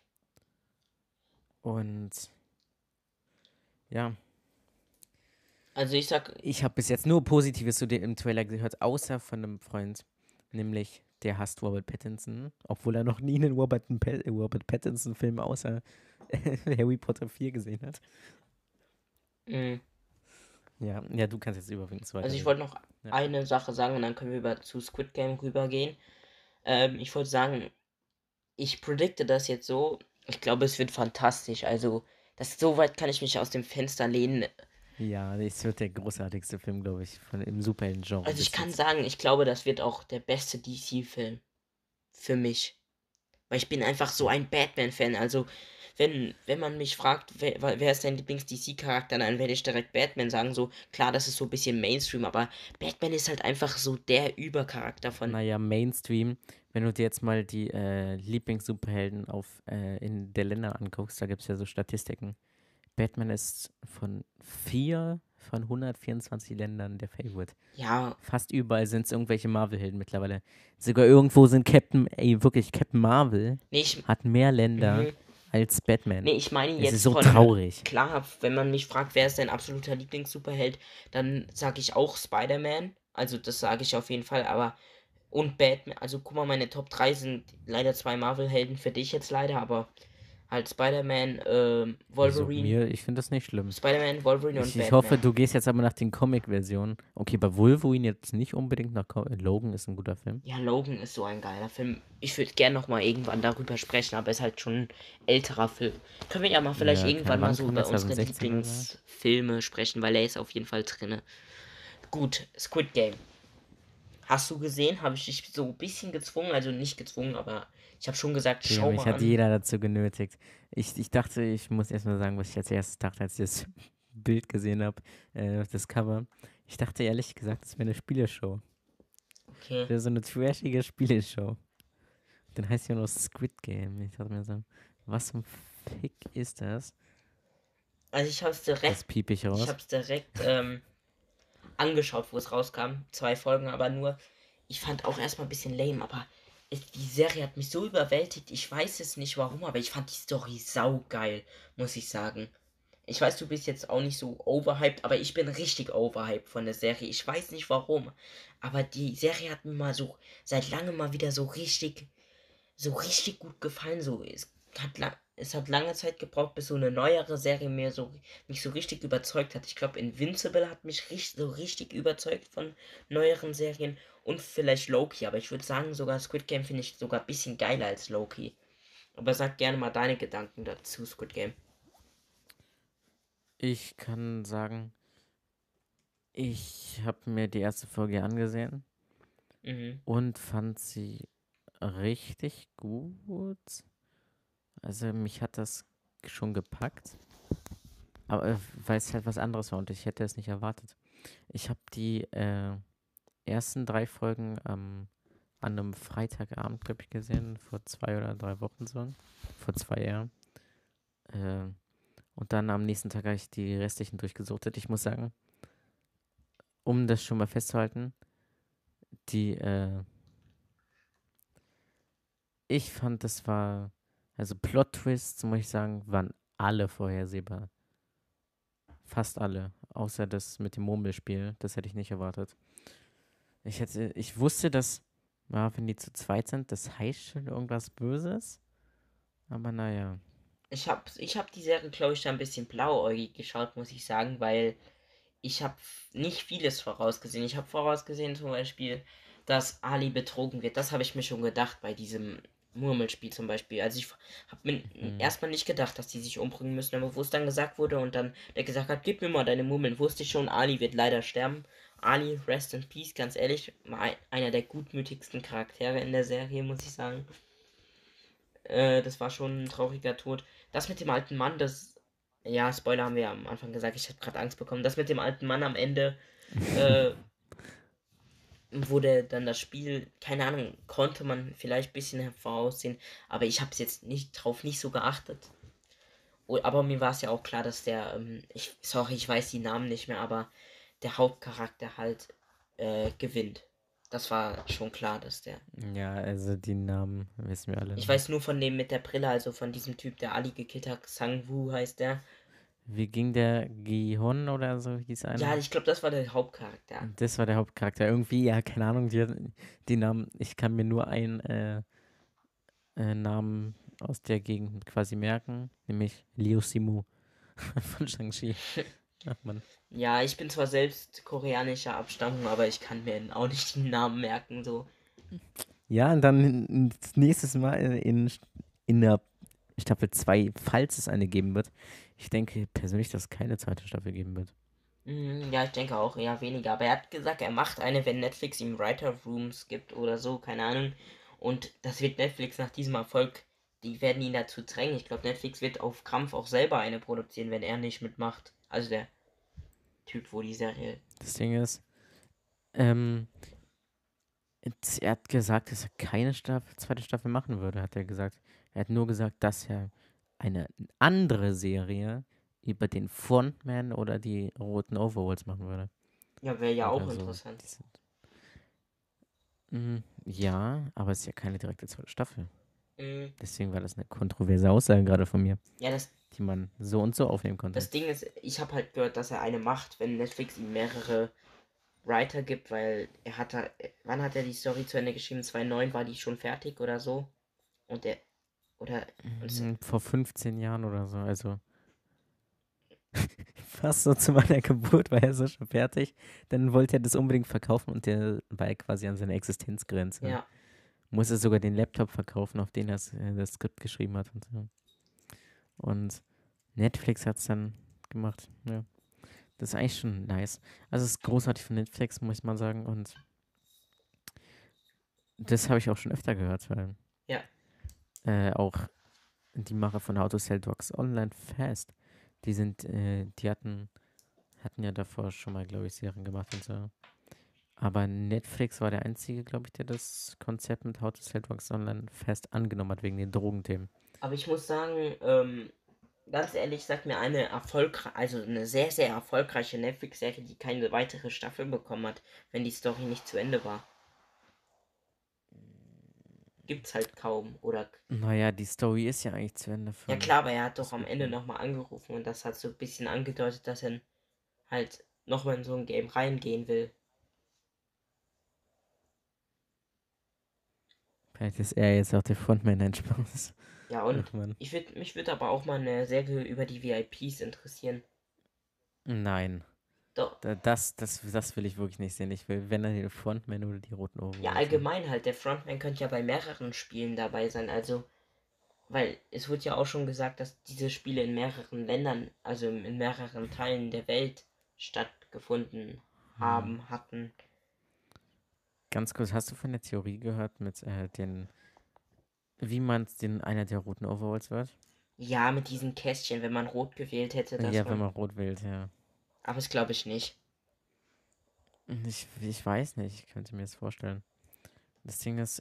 Und ja, Also ich sag, ich habe bis jetzt nur Positives zu dem Trailer gehört, außer von einem Freund, nämlich der hasst Robert Pattinson, obwohl er noch nie einen Robert Pattinson-Film außer Harry Potter 4 gesehen hat. mh, Ja, ja, du kannst jetzt übrigens also ich weiterreden. wollte noch Ja. eine Sache sagen und dann können wir zu Squid Game rübergehen. Ich wollte sagen, ich predikte das jetzt so. Ich glaube, es wird fantastisch. Also, so weit kann ich mich aus dem Fenster lehnen. Ja, es wird der großartigste Film, glaube ich, im Superhelden-Genre Also ich bis kann jetzt. sagen, ich glaube, das wird auch der beste DC-Film für mich. Weil ich bin einfach so ein Batman-Fan. Also, wenn man mich fragt, wer ist dein Lieblings-DC-Charakter, dann werde ich direkt Batman sagen. So, klar, das ist so ein bisschen Mainstream, aber Batman ist halt einfach so der Übercharakter von. Naja, Mainstream, wenn du dir jetzt mal die Lieblings-Superhelden in der Länder anguckst, da gibt es ja so Statistiken. Batman ist von 124 Ländern der Favorite. Ja, Fast überall sind es irgendwelche Marvel-Helden mittlerweile. Sogar irgendwo sind wirklich Captain Marvel nee, ich, hat mehr Länder mhm. als Batman. Nee, ich meine Es ist jetzt so von, traurig. klar, wenn man mich fragt, wer ist dein absoluter Lieblings-Superheld, dann sage ich auch Spider-Man. Also das sage ich auf jeden Fall, aber und Batman, also guck mal, meine Top 3 sind leider zwei Marvel-Helden für dich jetzt leider, aber halt Spider-Man, Wieso? Wolverine, Ich finde das nicht schlimm. Spider-Man, Wolverine und Ich hoffe, Batman. du gehst jetzt aber nach den Comic-Versionen. Okay, bei Wolverine jetzt nicht unbedingt Logan ist ein guter Film. Ja, Logan ist so ein geiler Film. Ich würde gern noch mal irgendwann darüber sprechen, aber ist halt schon ein älterer Film. Können wir ja mal vielleicht Ja, irgendwann mal wann so kam der? über unsere 2016 oder so? Lieblingsfilme sprechen, weil er ist auf jeden Fall drinne. Gut, Squid Game. Hast du gesehen? Habe ich dich so ein bisschen gezwungen, also nicht gezwungen, aber ich habe schon gesagt, Ja, schau mich mal hat an. jeder dazu genötigt. Ich dachte, ich muss erstmal sagen, was ich als erstes dachte, als ich das Bild gesehen habe, das Cover. Ich dachte ehrlich gesagt, das wäre eine Spieleshow. Das Okay. wäre so eine trashige Spieleshow. Dann heißt ja nur Squid Game. Ich dachte mir so, was zum Fick ist das? Also Das piep ich ich raus. hab's direkt angeschaut, wo es rauskam. Zwei Folgen, aber nur. Ich fand auch erstmal ein bisschen lame, aber die Serie hat mich so überwältigt. Ich weiß es nicht warum, aber ich fand die Story saugeil, muss ich sagen. Ich weiß, du bist jetzt auch nicht so overhyped, aber ich bin richtig overhyped von der Serie. Ich weiß nicht warum, aber die Serie hat mir mal so seit langem mal wieder so richtig gut gefallen. Es hat lange Zeit gebraucht, bis so eine neuere Serie mich so richtig überzeugt hat. Ich glaube, Invincible hat mich so richtig überzeugt von neueren Serien und vielleicht Loki, aber ich würde sagen, sogar Squid Game finde ich sogar ein bisschen geiler als Loki. Aber sag gerne mal deine Gedanken dazu, Squid Game. Ich kann sagen, ich habe mir die erste Folge angesehen Mhm. und fand sie richtig gut. Also mich hat das schon gepackt, aber weil es halt was anderes war und ich hätte es nicht erwartet. Ich habe die ersten 3 Folgen an einem Freitagabend, glaube ich, gesehen, vor 2 oder 3 Wochen so. Vor 2 Jahren. Äh, und dann am nächsten Tag habe ich die restlichen durchgesuchtet. Ich muss sagen, um das schon mal festzuhalten, die, ich fand, also Plot-Twists, muss ich sagen, waren alle vorhersehbar. Fast alle. Außer das mit dem Murmelspiel. Das hätte ich nicht erwartet. Ich wusste, dass, ja, wenn die zu zweit sind, das heißt schon irgendwas Böses. Aber naja. Ich hab die Serie, glaube ich, da ein bisschen blauäugig geschaut, muss ich sagen, weil ich habe nicht vieles vorausgesehen. Ich habe vorausgesehen zum Beispiel, dass Ali betrogen wird. Das habe ich mir schon gedacht bei diesem Murmelspiel zum Beispiel. Also ich habe mir Hm. erstmal nicht gedacht, dass die sich umbringen müssen, aber wo es dann gesagt wurde und dann der gesagt hat, gib mir mal deine Murmeln, wusste ich schon, Ali wird leider sterben. Ali, rest in peace, ganz ehrlich, einer der gutmütigsten Charaktere in der Serie, muss ich sagen. Das war schon ein trauriger Tod. Das mit dem alten Mann, ja, Spoiler haben wir ja am Anfang gesagt, ich habe gerade Angst bekommen. Das mit dem alten Mann am Ende, äh, wurde dann das Spiel, keine Ahnung, konnte man vielleicht ein bisschen voraussehen, aber ich habe es jetzt nicht so geachtet. Aber mir war es ja auch klar, dass sorry, ich weiß die Namen nicht mehr, aber der Hauptcharakter halt gewinnt. Das war schon klar, dass der. Ja, also die Namen wissen wir alle Ich noch. weiß nur von dem mit der Brille, also von diesem Typ, der Ali gekillt hat. Sang-Woo heißt der. Wie ging der Gihon oder so hieß Ja, einer? ich glaube, das war der Hauptcharakter. Das war der Hauptcharakter. Irgendwie, ja, keine Ahnung, die Namen, ich kann mir nur einen Namen aus der Gegend quasi merken, nämlich Liu Simu von Shang-Chi. Ach man. Ja, ich bin zwar selbst koreanischer Abstammung, aber ich kann mir auch nicht den Namen merken, so. Ja, und dann nächstes Mal in der Staffel 2, falls es eine geben wird. Ich denke persönlich, dass es keine zweite Staffel geben wird. Ja, ich denke auch eher weniger. Aber er hat gesagt, er macht eine, wenn Netflix ihm Writer Rooms gibt oder so, keine Ahnung. Und das wird Netflix nach diesem Erfolg, die werden ihn dazu drängen. Ich glaube, Netflix wird auf Krampf auch selber eine produzieren, wenn er nicht mitmacht. Also der Typ, wo die Serie. Das Ding ist, ähm, er hat gesagt, dass er keine zweite Staffel machen würde, hat er gesagt. Er hat nur gesagt, dass er eine andere Serie über den Frontman oder die roten Overalls machen würde. Ja, wäre ja Oder auch so. interessant. Ja, aber es ist ja keine direkte zweite Staffel. Mm, Deswegen war das eine kontroverse Aussage gerade von mir, ja, die man so und so aufnehmen konnte. das Ding ist, ich habe halt gehört, dass er eine macht, wenn Netflix ihm mehrere Writer gibt, weil er hat da, wann hat er die Story zu Ende geschrieben? 2009 war die schon fertig oder so. Und er, oder, und, Vor 15 Jahren oder so, also fast so zu meiner Geburt war er so schon fertig. Dann wollte er das unbedingt verkaufen und der war ja quasi an seiner Existenzgrenze. ja, Musste sogar den Laptop verkaufen, auf den er das Skript geschrieben hat und so. Und Netflix hat es dann gemacht, ja. Das ist eigentlich schon nice. Also es ist großartig von Netflix, muss man sagen. Und das habe ich auch schon öfter gehört, weil ja. auch die Macher von How to Sell Drugs Online Fast, die hatten ja davor schon mal, glaube ich, Serien gemacht und so. Aber Netflix war der einzige, glaube ich, der das Konzept mit How to Sell Drugs Online Fast angenommen hat, wegen den Drogenthemen. Aber ich muss sagen, ganz ehrlich, sagt mir also eine sehr, sehr erfolgreiche Netflix-Serie, die keine weitere Staffel bekommen hat, wenn die Story nicht zu Ende war. Gibt's halt kaum. Oder, Naja, die Story ist ja eigentlich zu Ende ja von klar, aber er hat doch am Ende Squid. nochmal angerufen und das hat so ein bisschen angedeutet, dass er halt nochmal in so ein Game reingehen will. Vielleicht ist er jetzt auch der Frontman, ein Spaß. Ja, Ach und man. mich würde aber auch mal eine Serie über die VIPs interessieren. Nein. Doch, Das will ich wirklich nicht sehen. Ich will, wenn er den Frontman oder die roten ja, Overalls sehen. allgemein halt, der Frontman könnte ja bei mehreren Spielen dabei sein, also, weil es wird ja auch schon gesagt, dass diese Spiele in mehreren Ländern, also in mehreren Teilen der Welt stattgefunden hatten. Ganz kurz, hast du von der Theorie gehört mit wie man den einer der roten Overalls wird? Ja, mit diesen Kästchen, wenn man rot gewählt hätte, dass Ja, wenn man, man rot wählt, ja. aber das glaube ich nicht. Ich weiß nicht, ich könnte mir das vorstellen. Das Ding ist,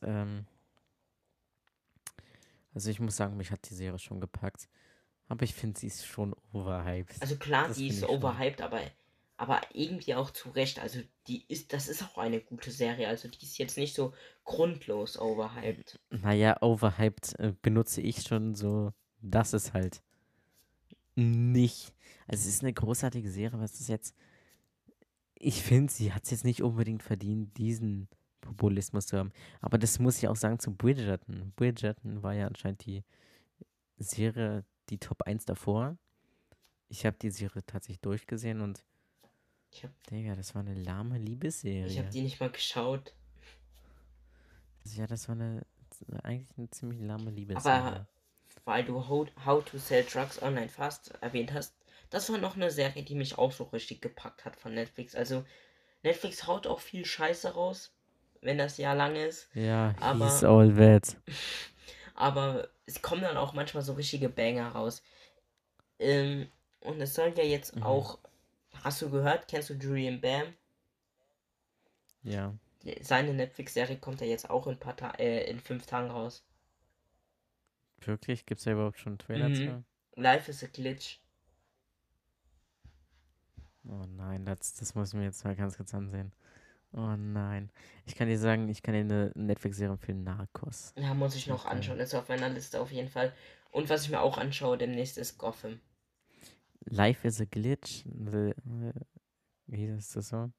also ich muss sagen, mich hat die Serie schon gepackt. Aber ich finde, sie ist schon overhyped. Also klar, Das die ist finde ich schon. overhyped, aber irgendwie auch zu Recht. Also das ist auch eine gute Serie. Also die ist jetzt nicht so grundlos overhyped. Naja, overhyped benutze ich schon so, dass es halt nicht. Also es ist eine großartige Serie, was ist jetzt. Ich finde, sie hat es jetzt nicht unbedingt verdient, diesen Populismus zu haben. Aber das muss ich auch sagen zu Bridgerton. Bridgerton war ja anscheinend die Serie, die Top 1 davor. Ich habe die Serie tatsächlich durchgesehen und, Ich habe Digga, das war eine lahme ich hab Liebesserie. die nicht mal geschaut. Ja, das war eigentlich eine ziemlich lahme Aber Liebesserie. weil du How to Sell Drugs Online Fast erwähnt hast, das war noch eine Serie, die mich auch so richtig gepackt hat von Netflix. Also Netflix haut auch viel Scheiße raus, wenn das Jahr lang ist. Ja, he's Aber, all that. aber es kommen dann auch manchmal so richtige Banger raus. Und es soll ja jetzt Mhm. auch, hast du gehört, kennst du Julian Bam? Ja, Seine Netflix-Serie kommt ja jetzt auch in 5 Tagen raus. wirklich? Gibt es da überhaupt schon einen Trailer Mhm. zu? Life is a Glitch. Oh nein, das muss ich mir jetzt mal ganz kurz ansehen. Oh nein. Ich kann dir sagen, ich kann dir eine Netflix-Serie empfehlen, Narcos. Ja, muss ich noch Ziemlich geil. anschauen. Ist auf meiner Liste auf jeden Fall. Und was ich mir auch anschaue demnächst ist Gotham. Life is a Glitch. Wie hieß das so?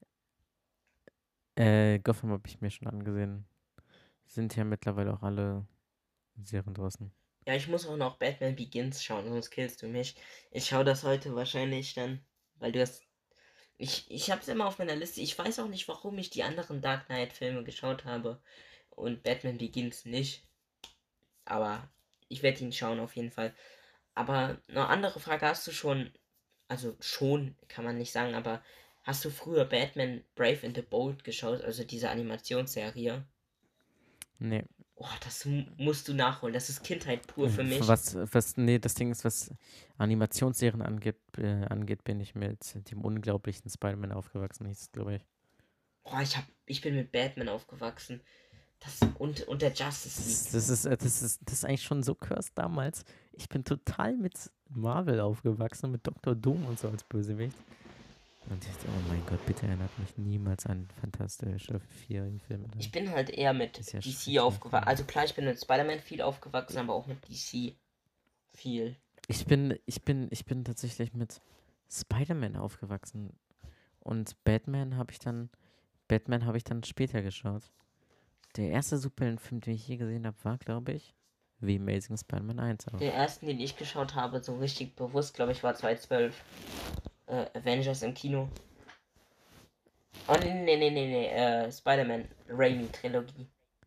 Gotham habe ich mir schon angesehen. Sind ja mittlerweile auch alle Serien draußen. Ja, ich muss auch noch Batman Begins schauen, sonst killst du mich. Ich schaue das heute wahrscheinlich dann, weil du hast. Ich hab's immer auf meiner Liste. Ich weiß auch nicht, warum ich die anderen Dark Knight-Filme geschaut habe und Batman Begins nicht. Aber ich werde ihn schauen auf jeden Fall. Aber eine andere Frage hast du schon, also schon kann man nicht sagen, aber hast du früher Batman Brave and the Bold geschaut, also diese Animationsserie? Nee. Oh, das musst du nachholen. Das ist Kindheit pur für mich. Nee, das Ding ist, was Animationsserien angeht, bin ich mit dem unglaublichen Spider-Man aufgewachsen, hieß es, glaube ich. Oh, ich bin mit Batman aufgewachsen. Und der Justice League. Das ist eigentlich schon so cursed damals. Ich bin total mit Marvel aufgewachsen, mit Dr. Doom und so als Bösewicht. Und ich dachte, oh mein Gott, bitte erinnert mich niemals an Fantastische Vier-Filme. Ich bin halt eher mit Ist ja DC schrecklich. aufgewachsen. Also klar, ich bin mit Spider-Man viel aufgewachsen, aber auch mit DC viel. Ich bin tatsächlich mit Spider-Man aufgewachsen. Und Batman habe ich dann später geschaut. Der erste Superheldenfilm, den ich je gesehen habe, war, glaube ich, The Amazing Spider-Man 1 auch. Den ersten, den ich geschaut habe, so richtig bewusst, glaube ich, war 2012. Avengers im Kino. Oh, nee. Spider-Man Raimi-Trilogie.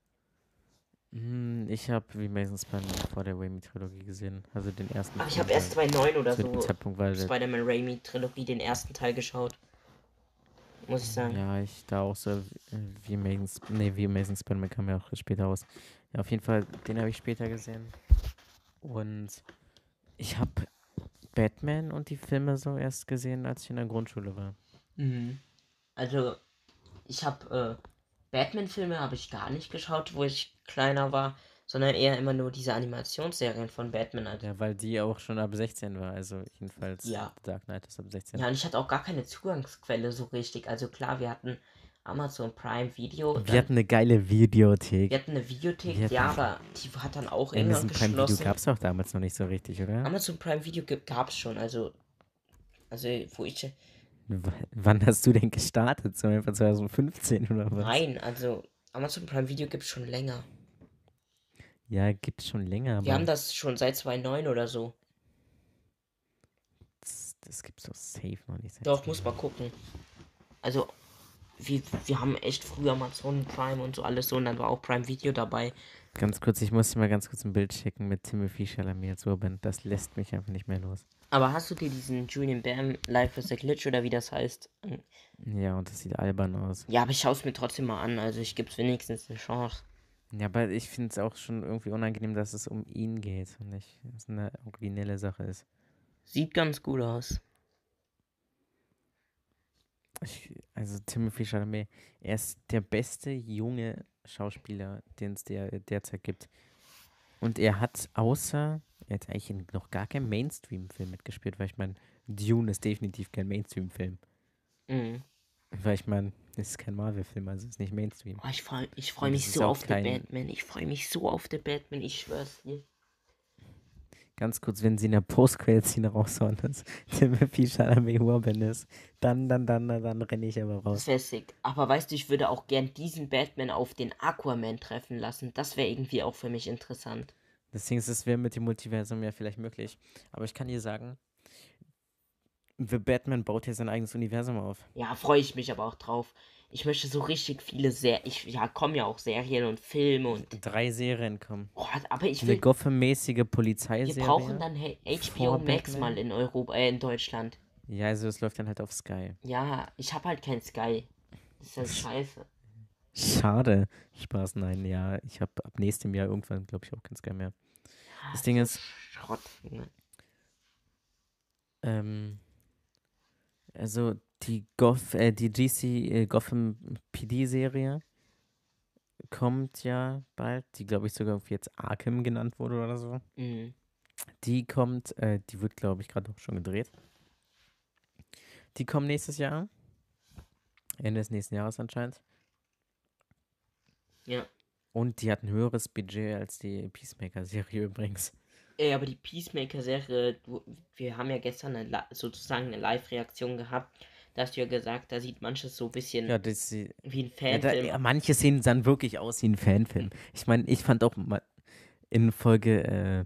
Ich habe The Amazing Spider-Man vor der Raimi-Trilogie gesehen. Also den ersten Aber ich Film, habe erst 2009 oder zu dem so Zeitpunkt war der, Spider-Man Raimi-Trilogie, den ersten Teil geschaut. Muss ich sagen. ja, ich da auch so, The Amazing Spider-Man kam ja auch später raus. Ja, auf jeden Fall, den habe ich später gesehen. Und ich habe Batman und die Filme so erst gesehen, als ich in der Grundschule war. Mhm. Also, ich habe Batman-Filme habe ich gar nicht geschaut, wo ich kleiner war, sondern eher immer nur diese Animationsserien von Batman. Also, Ja, weil die auch schon ab 16 war. Also jedenfalls ja. Dark Knight ist ab 16. Ja, und ich hatte auch gar keine Zugangsquelle so richtig. Also klar, wir hatten Amazon Prime Video, Wir dann hatten eine geile wir Videothek. hatten eine Videothek, Wir ja, hatten aber die hat dann auch irgendwann Amazon Prime Video geschlossen. gab es auch damals noch nicht so richtig, oder? Amazon Prime Video gab es schon, also wo ich, Wann hast du denn gestartet? So einfach 2015 oder was? nein, also Amazon Prime Video gibt es schon länger. Ja, gibt's schon länger, Wir haben aber das schon seit 2009 oder so. das gibt's doch safe noch nicht seit Doch, 10 muss mal Jahren. gucken. Also, wir haben echt früher Amazon Prime und so alles so und dann war auch Prime Video dabei. Ganz kurz, ich muss dir mal ganz kurz ein Bild schicken mit Timothy Chalamet als Urban. Das lässt mich einfach nicht mehr los. Aber hast du dir diesen Julian Bam Life is a Glitch oder wie das heißt? Ja, und das sieht albern aus. Ja, aber ich schaue es mir trotzdem mal an. Also ich gebe es wenigstens eine Chance. Ja, aber ich finde es auch schon irgendwie unangenehm, dass es um ihn geht und nicht dass es eine originelle Sache ist. Sieht ganz gut aus. Also Timothy Chalamet, er ist der beste junge Schauspieler, den es derzeit gibt. Und er hat er hat eigentlich in noch gar keinem Mainstream-Film mitgespielt, weil ich meine, Dune ist definitiv kein Mainstream-Film. Mhm. Weil ich meine, es ist kein Marvel-Film, also es ist nicht Mainstream. Oh, ich freu Und mich es ist so auch auf den kein, Batman. Ich freue mich so auf den Batman. Ich schwör's dir. ganz kurz, wenn sie in der Post-Credit-Szene raushauen, dass Timothy Chalamet Urban ist, dann renne ich aber Das raus. wäre sick. Aber weißt du, ich würde auch gern diesen Batman auf den Aquaman treffen lassen. Das wäre irgendwie auch für mich interessant. Deswegen ist es wäre mit dem Multiversum ja vielleicht möglich. Aber ich kann dir sagen, The Batman baut ja sein eigenes Universum auf. Ja, freue ich mich aber auch drauf. Ich möchte so richtig viele kommen ja auch Serien und Filme und. 3 Serien kommen. Oh, aber ich Eine will. Gotham-mäßige Wir brauchen Polizeiserie dann HBO vor Max mal Batman. in Europa, in Deutschland. Ja, also es läuft dann halt auf Sky. Ja, ich habe halt kein Sky. Das ist halt scheiße. Schade. Spaß, nein, ja. Ich habe ab nächstem Jahr irgendwann, glaube ich, auch kein Sky mehr. Das Ding So ist, Schrott. Junge. ähm, also die GC Gotham PD-Serie kommt ja bald, die glaube ich sogar jetzt Arkham genannt wurde oder so. Mhm. Die wird glaube ich gerade auch schon gedreht. Die kommen nächstes Jahr. Ende des nächsten Jahres anscheinend. Ja. Und die hat ein höheres Budget als die Peacemaker-Serie übrigens. Ey, aber die Peacemaker-Serie, wir haben ja gestern sozusagen eine Live-Reaktion gehabt. Da hast du ja gesagt, da sieht manches so ein bisschen Ja, wie ein ja, Fanfilm. manche Szenen sahen wirklich aus wie ein Fanfilm. Ich meine, ich fand auch mal in Folge,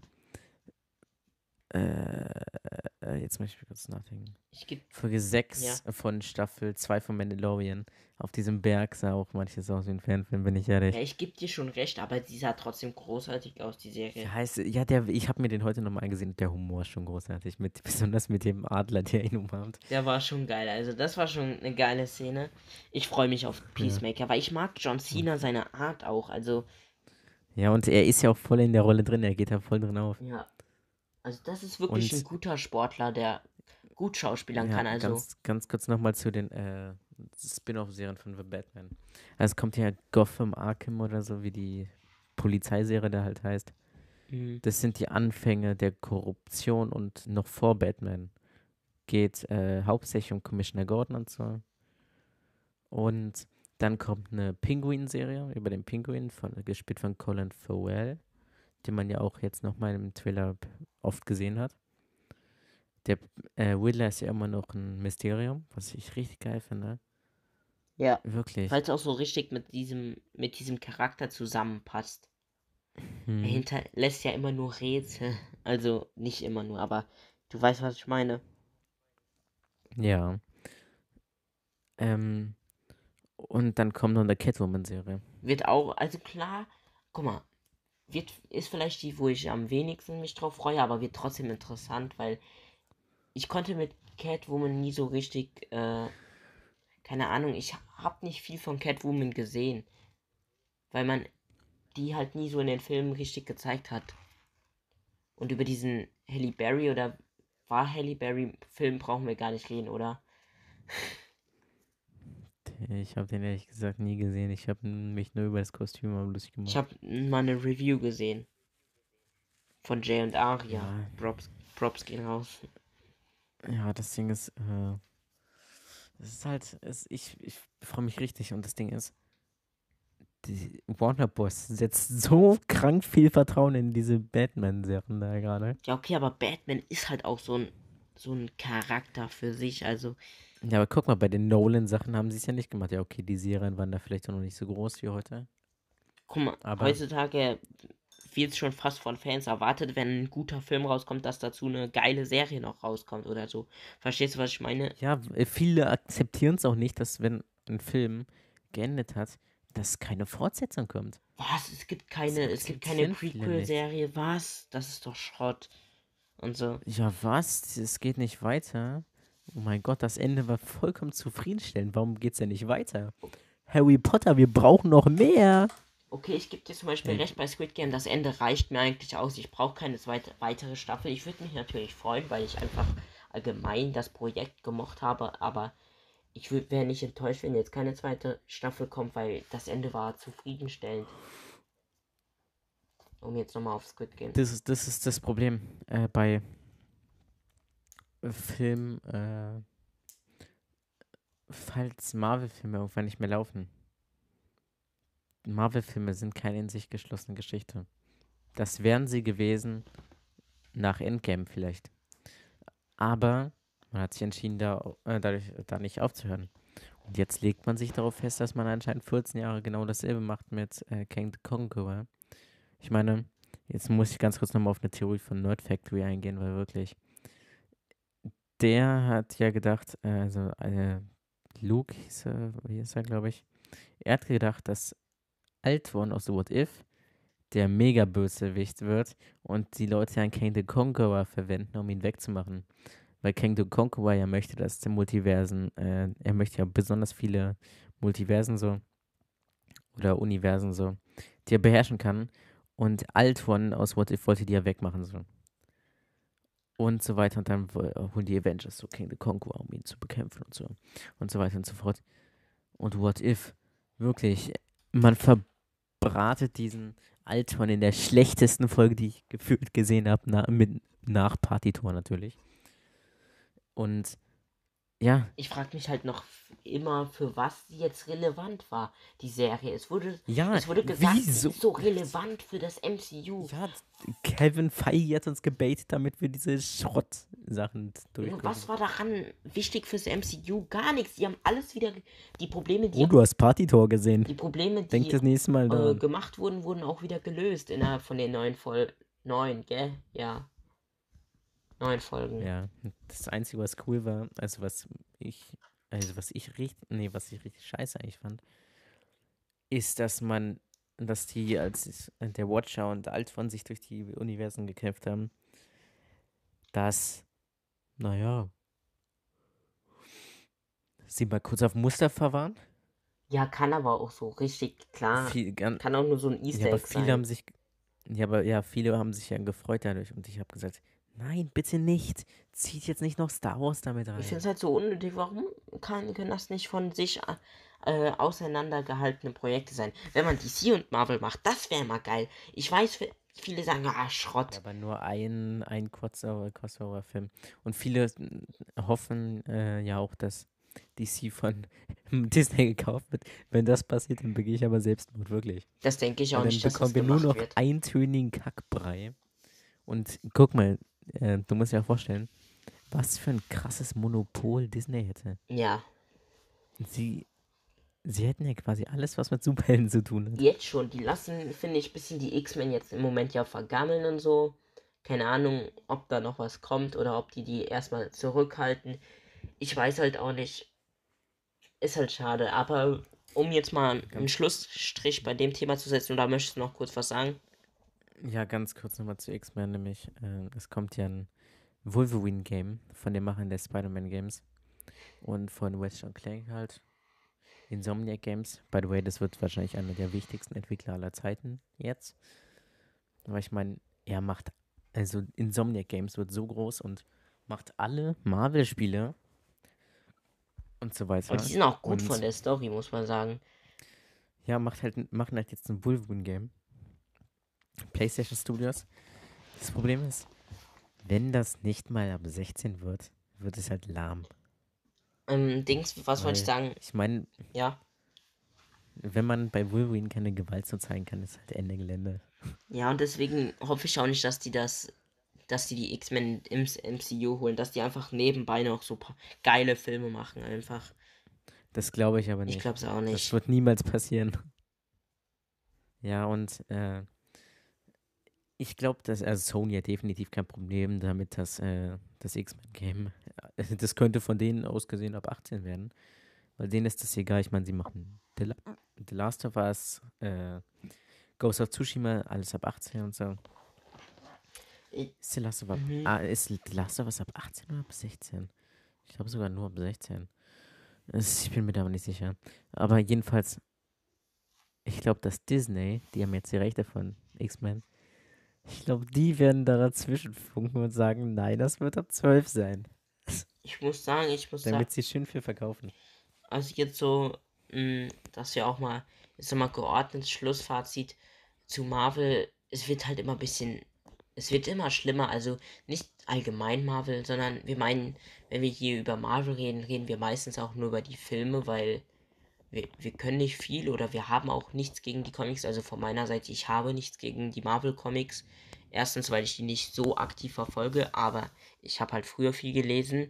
jetzt möchte ich kurz nachdenken. Ich geb, Folge ja. 6 von Staffel 2 von Mandalorian. Auf diesem Berg sah auch manches aus wie ein Fanfilm, bin ich ehrlich. Ja, ich geb dir schon recht, aber die sah trotzdem großartig aus, die Serie. Ich habe mir den heute nochmal angesehen. Der Humor ist schon großartig, besonders mit dem Adler, der ihn umarmt. Der war schon geil, also das war schon eine geile Szene. Ich freue mich auf Peacemaker, weil ich mag John Cena, seine Art auch, also Ja, und er ist ja auch voll in der Rolle drin, er geht da voll drin auf. ja. Also das ist wirklich ein Und guter Sportler, der gut schauspielern ja, kann, also. ganz kurz nochmal zu den Spin-off-Serien von The Batman. Also es kommt ja Gotham Arkham oder so, wie die Polizeiserie da halt heißt. Das sind die Anfänge der Korruption und noch vor Batman geht hauptsächlich um Commissioner Gordon und so. Und dann kommt eine Pinguin-Serie über den Pinguin, gespielt von Colin Farrell, den man ja auch jetzt nochmal im Trailer oft gesehen hat. Der Riddler ist ja immer noch ein Mysterium, was ich richtig geil finde. Ja. Wirklich. Weil es auch so richtig mit diesem Charakter zusammenpasst. Er hinterlässt ja immer nur Rätsel. Also nicht immer nur, aber du weißt, was ich meine. Ja. Und dann kommt noch eine Catwoman-Serie. Wird auch, also klar, guck mal, ist vielleicht die, wo ich am wenigsten mich drauf freue, aber wird trotzdem interessant, weil ich konnte mit Catwoman nie so richtig, keine Ahnung, ich habe nicht viel von Catwoman gesehen, weil man die halt nie so in den Filmen richtig gezeigt hat. Und über diesen Halle Berry oder war Halle Berry Film brauchen wir gar nicht reden, oder? Ich habe den ehrlich gesagt nie gesehen. Ich habe mich nur über das Kostüm am lustig Ich gemacht. habe mal eine Review gesehen von Jay und Aria. Ja. Props gehen raus. Ja, das Ding ist, es ist halt, ich freue mich richtig und das Ding ist, die Warner Bros. Setzt so krank viel Vertrauen in diese Batman-Serien da gerade. Ja, okay, aber Batman ist halt auch so ein Charakter für sich. Also, Ja, aber guck mal, bei den Nolan-Sachen haben sie es ja nicht gemacht. Ja, okay, die Serien waren da vielleicht auch noch nicht so groß wie heute. guck mal, Aber heutzutage wird es schon fast von Fans erwartet, wenn ein guter Film rauskommt, dass dazu eine geile Serie noch rauskommt oder so. Verstehst du, was ich meine? ja, viele akzeptieren es auch nicht, dass wenn ein Film geendet hat, dass keine Fortsetzung kommt. Was? Es gibt Das keine akzeptieren viele nicht. Prequel-Serie. Was? Das ist doch Schrott. Und so. Ja, was? Es geht nicht weiter. Oh mein Gott, das Ende war vollkommen zufriedenstellend. Warum geht's denn nicht weiter? Harry Potter, wir brauchen noch mehr. Okay, ich gebe dir zum Beispiel Ey, recht bei Squid Game. Das Ende reicht mir eigentlich aus. Ich brauche keine weitere Staffel. Ich würde mich natürlich freuen, weil ich einfach allgemein das Projekt gemocht habe. Aber wäre nicht enttäuscht, wenn jetzt keine zweite Staffel kommt, weil das Ende war zufriedenstellend. Um jetzt nochmal auf Squid Game. das ist das Problem bei Film, falls Marvel-Filme irgendwann nicht mehr laufen. Marvel-Filme sind keine in sich geschlossene Geschichte. Das wären sie gewesen nach Endgame vielleicht. Aber man hat sich entschieden, da nicht aufzuhören. Und jetzt legt man sich darauf fest, dass man anscheinend 14 Jahre genau dasselbe macht mit Kang the Conqueror. Ich meine, jetzt muss ich ganz kurz nochmal auf eine Theorie von Nerd Factory eingehen, weil wirklich, der hat ja gedacht, Luke hieß er, glaube ich, er hat gedacht, dass Altorn aus The What If der Mega-Bösewicht wird und die Leute dann Kang the Conqueror verwenden, um ihn wegzumachen. Weil Kang the Conqueror ja möchte, dass die Multiversen, er möchte ja besonders viele Multiversen so oder Universen so, die er beherrschen kann. Und Altorn aus What If wollte die ja wegmachen so. Und so weiter. Und dann holen die Avengers so King the Conqueror, um ihn zu bekämpfen und so. Und so weiter und so fort. Und What If, wirklich, man verbratet diesen Altorn in der schlechtesten Folge, die ich gefühlt gesehen habe, nach Partytor natürlich. Und Ja, Ich frage mich halt noch immer, für was die jetzt relevant war, die Serie. ja, Es wurde gesagt, sie wieso? ist so relevant für das MCU. Ja, Kevin Feige hat uns gebaitet, damit wir diese Schrott-Sachen durchgucken. Was war daran wichtig fürs MCU? Gar nichts. Die haben alles wieder. Die Probleme, Oh, die, du hast Party-Tor gesehen. die Probleme, Denk die das nächste Mal daran. gemacht wurden, wurden auch wieder gelöst innerhalb von den neun, gell? Ja, 9 Folgen. Ja, das Einzige, was cool war, ich, was ich richtig scheiße eigentlich fand, ist, dass die als der Watcher und Altron sich durch die Universen gekämpft haben, dass, naja, sie mal kurz auf Mustafa waren. Ja, kann aber auch so richtig klar. Viel, gan- Kann auch nur so ein ja, Easter aber Egg sein. viele haben sich ja gefreut dadurch und ich habe gesagt, nein, bitte nicht, zieht jetzt nicht noch Star Wars damit Ich finde rein. es halt so unnötig. Warum können das nicht von sich auseinandergehaltene Projekte sein? Wenn man DC und Marvel macht, das wäre mal geil. Ich weiß, viele sagen, Ja, Schrott. aber nur ein Crossover-Film. Und viele hoffen ja auch, dass DC von Disney gekauft wird. Wenn das passiert, dann begehe ich aber Selbstmord, wirklich. Das denke ich Weil auch dann nicht, dass das bekommen wir nur gemacht noch wird. eintönigen Kackbrei. Und guck mal, du musst dir ja vorstellen, was für ein krasses Monopol Disney hätte. Ja, Sie, sie hätten ja quasi alles, was mit Superhelden zu tun hat. jetzt schon. Die lassen, finde ich, ein bisschen die X-Men jetzt im Moment ja vergammeln und so. Keine Ahnung, ob da noch was kommt oder ob die erstmal zurückhalten. Ich weiß halt auch nicht. Ist halt schade. Aber um jetzt mal einen Ganz, Schlussstrich bei dem Thema zu setzen, oder möchtest du noch kurz was sagen? ja, ganz kurz nochmal zu X-Men, nämlich es kommt ja ein Wolverine-Game von den Machern der Spider-Man-Games und von Wes Clank halt. Insomniac Games. By the way, das wird wahrscheinlich einer der wichtigsten Entwickler aller Zeiten jetzt. Aber ich meine, also Insomniac Games wird so groß und macht alle Marvel-Spiele und so Und die weiter. sind auch gut von Und der Story, muss man sagen. ja, machen halt jetzt ein Wolverine-Game. PlayStation Studios. Das Problem ist, wenn das nicht mal ab 16 wird, wird es halt lahm. Was wollte ich Weil, sagen? ich meine, Ja. wenn man bei Wolverine keine Gewalt so zeigen kann, ist halt Ende Gelände. Ja, und deswegen hoffe ich auch nicht, dass die X-Men im MCU holen, dass die einfach nebenbei noch so geile Filme machen, einfach. Das glaube ich aber Ich nicht. glaube es auch Das nicht. wird niemals passieren. Ja, und ich glaube, dass Sony hat definitiv kein Problem damit, dass das X-Men-Game, das könnte von denen aus gesehen ab 18 werden. Weil denen ist das egal. Ich meine, sie machen The Last of Us, Ghost of Tsushima, alles ab 18 und so. Ich, Ist mhm. Ist The Last of Us ab 18 oder ab 16? Ich glaube sogar nur ab 16. Ich bin mir da aber nicht sicher. Aber jedenfalls, ich glaube, dass Disney, die haben jetzt die Rechte von X-Men, ich glaube, die werden da dazwischen funken und sagen, nein, das wird ab 12 sein. Ich muss sagen, Damit sie schön viel verkaufen. also jetzt so, dass wir auch mal, jetzt nochmal geordnetes Schlussfazit zu Marvel, es wird halt immer ein bisschen, es wird immer schlimmer, also nicht allgemein Marvel, sondern wir meinen, wenn wir hier über Marvel reden, reden wir meistens auch nur über die Filme, weil wir können nicht viel oder wir haben auch nichts gegen die Comics. Also von meiner Seite, ich habe nichts gegen die Marvel Comics. Erstens, weil ich die nicht so aktiv verfolge, aber ich habe halt früher viel gelesen.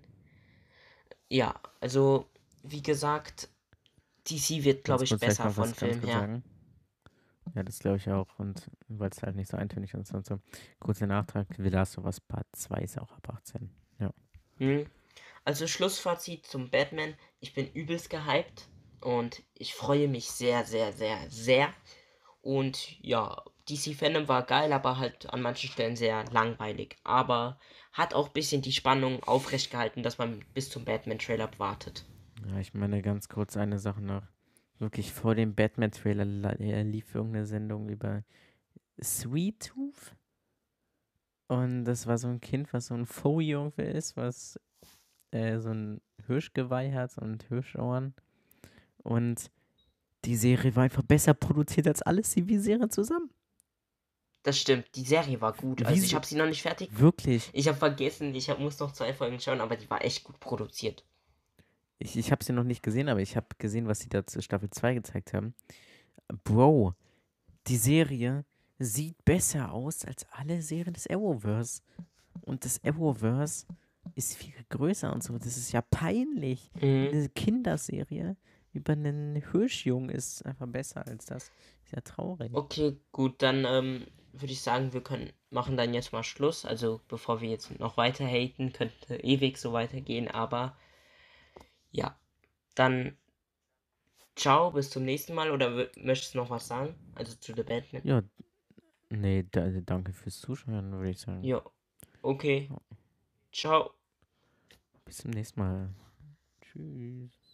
Ja, also wie gesagt, DC wird, glaube Ganz ich, kurz, vielleicht besser noch von was ganz Film kurz her. sagen. Ja, das glaube ich auch. Und weil es halt nicht so eintönig ist und so. Kurzer Nachtrag, The Last of Us Part 2 ist auch ab 18. Ja. Hm. Also Schlussfazit zum Batman. Ich bin übelst gehypt und ich freue mich sehr, sehr, sehr, sehr. Und ja, DC Fandom war geil, aber halt an manchen Stellen sehr langweilig. Aber hat auch ein bisschen die Spannung aufrecht gehalten, dass man bis zum Batman-Trailer wartet. Ja, ich meine ganz kurz eine Sache noch. Wirklich vor dem Batman-Trailer lief irgendeine Sendung über Sweet Tooth. Und das war so ein Kind, was so ein Furry irgendwie ist, was so ein Hirschgeweih hat und Hirschohren. Und die Serie war einfach besser produziert als alle CV-Serien zusammen. Das stimmt, die Serie war gut. Also ich Wieso? habe sie noch nicht fertig. Wirklich? Ich habe vergessen, muss noch 2 Folgen schauen, aber die war echt gut produziert. Ich habe sie noch nicht gesehen, aber ich habe gesehen, was sie da zu Staffel 2 gezeigt haben. Bro, die Serie sieht besser aus als alle Serien des Arrowverse. Und das Arrowverse ist viel größer und so. Das ist ja peinlich. Mhm. Eine Kinderserie über einen Hirschjungen ist einfach besser als das. Ist ja traurig. Okay, gut, dann würde ich sagen, wir können machen dann jetzt mal Schluss. Also bevor wir jetzt noch weiter haten, könnte ewig so weitergehen, aber ja, dann ciao, bis zum nächsten Mal oder möchtest du noch was sagen? Also zu The Batman? Ja, nee, danke fürs Zuschauen, würde ich sagen. Ja, okay, Ja, ciao. bis zum nächsten Mal. Tschüss.